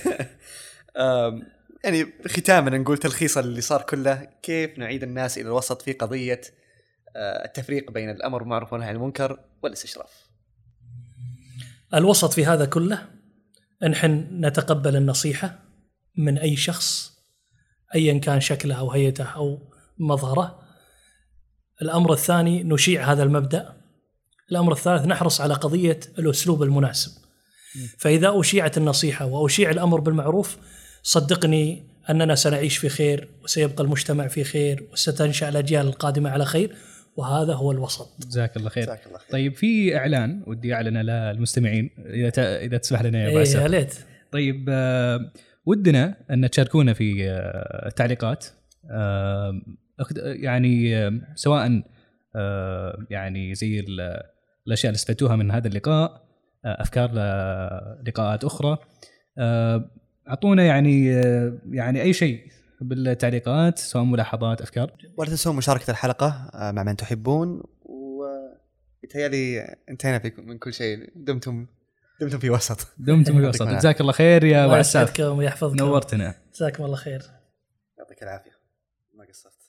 يعني ختاما نقول تلخيصا اللي صار كله، كيف نعيد الناس الى الوسط في قضيه التفريق بين الامر بالمعروف والنهي عن المنكر والاستشراف.
الوسط في هذا كله نحن نتقبل النصيحة من أي شخص أيا كان شكله أو هيئته أو مظهره. الأمر الثاني نشيع هذا المبدأ. الأمر الثالث نحرص على قضية الأسلوب المناسب. فإذا أشيعت النصيحة وأشيع الأمر بالمعروف صدقني أننا سنعيش في خير وسيبقى المجتمع في خير وستنشأ الأجيال القادمة على خير، وهذا هو الوسط.
جزاك الله خير. طيب في إعلان ودي أعلنه للمستمعين إذا تسمح لنا يا أبو عساف.
يا ليت.
طيب ودنا أن تشاركونا في التعليقات، يعني سواء يعني زي الأشياء اللي استفدتوها من هذا اللقاء، أفكار لقاءات أخرى، أعطونا يعني أي شيء بالتعليقات، سواء ملاحظات، أفكار.
ولا تنسون مشاركة الحلقة مع من تحبون، وبالتالي انتهينا من كل شيء. دمتم في وسط.
جزاك الله خير يا أبو عساف،
ويحفظكم.
نورتنا.
جزاكم الله خير.
يعطيك العافية، ما قصرت.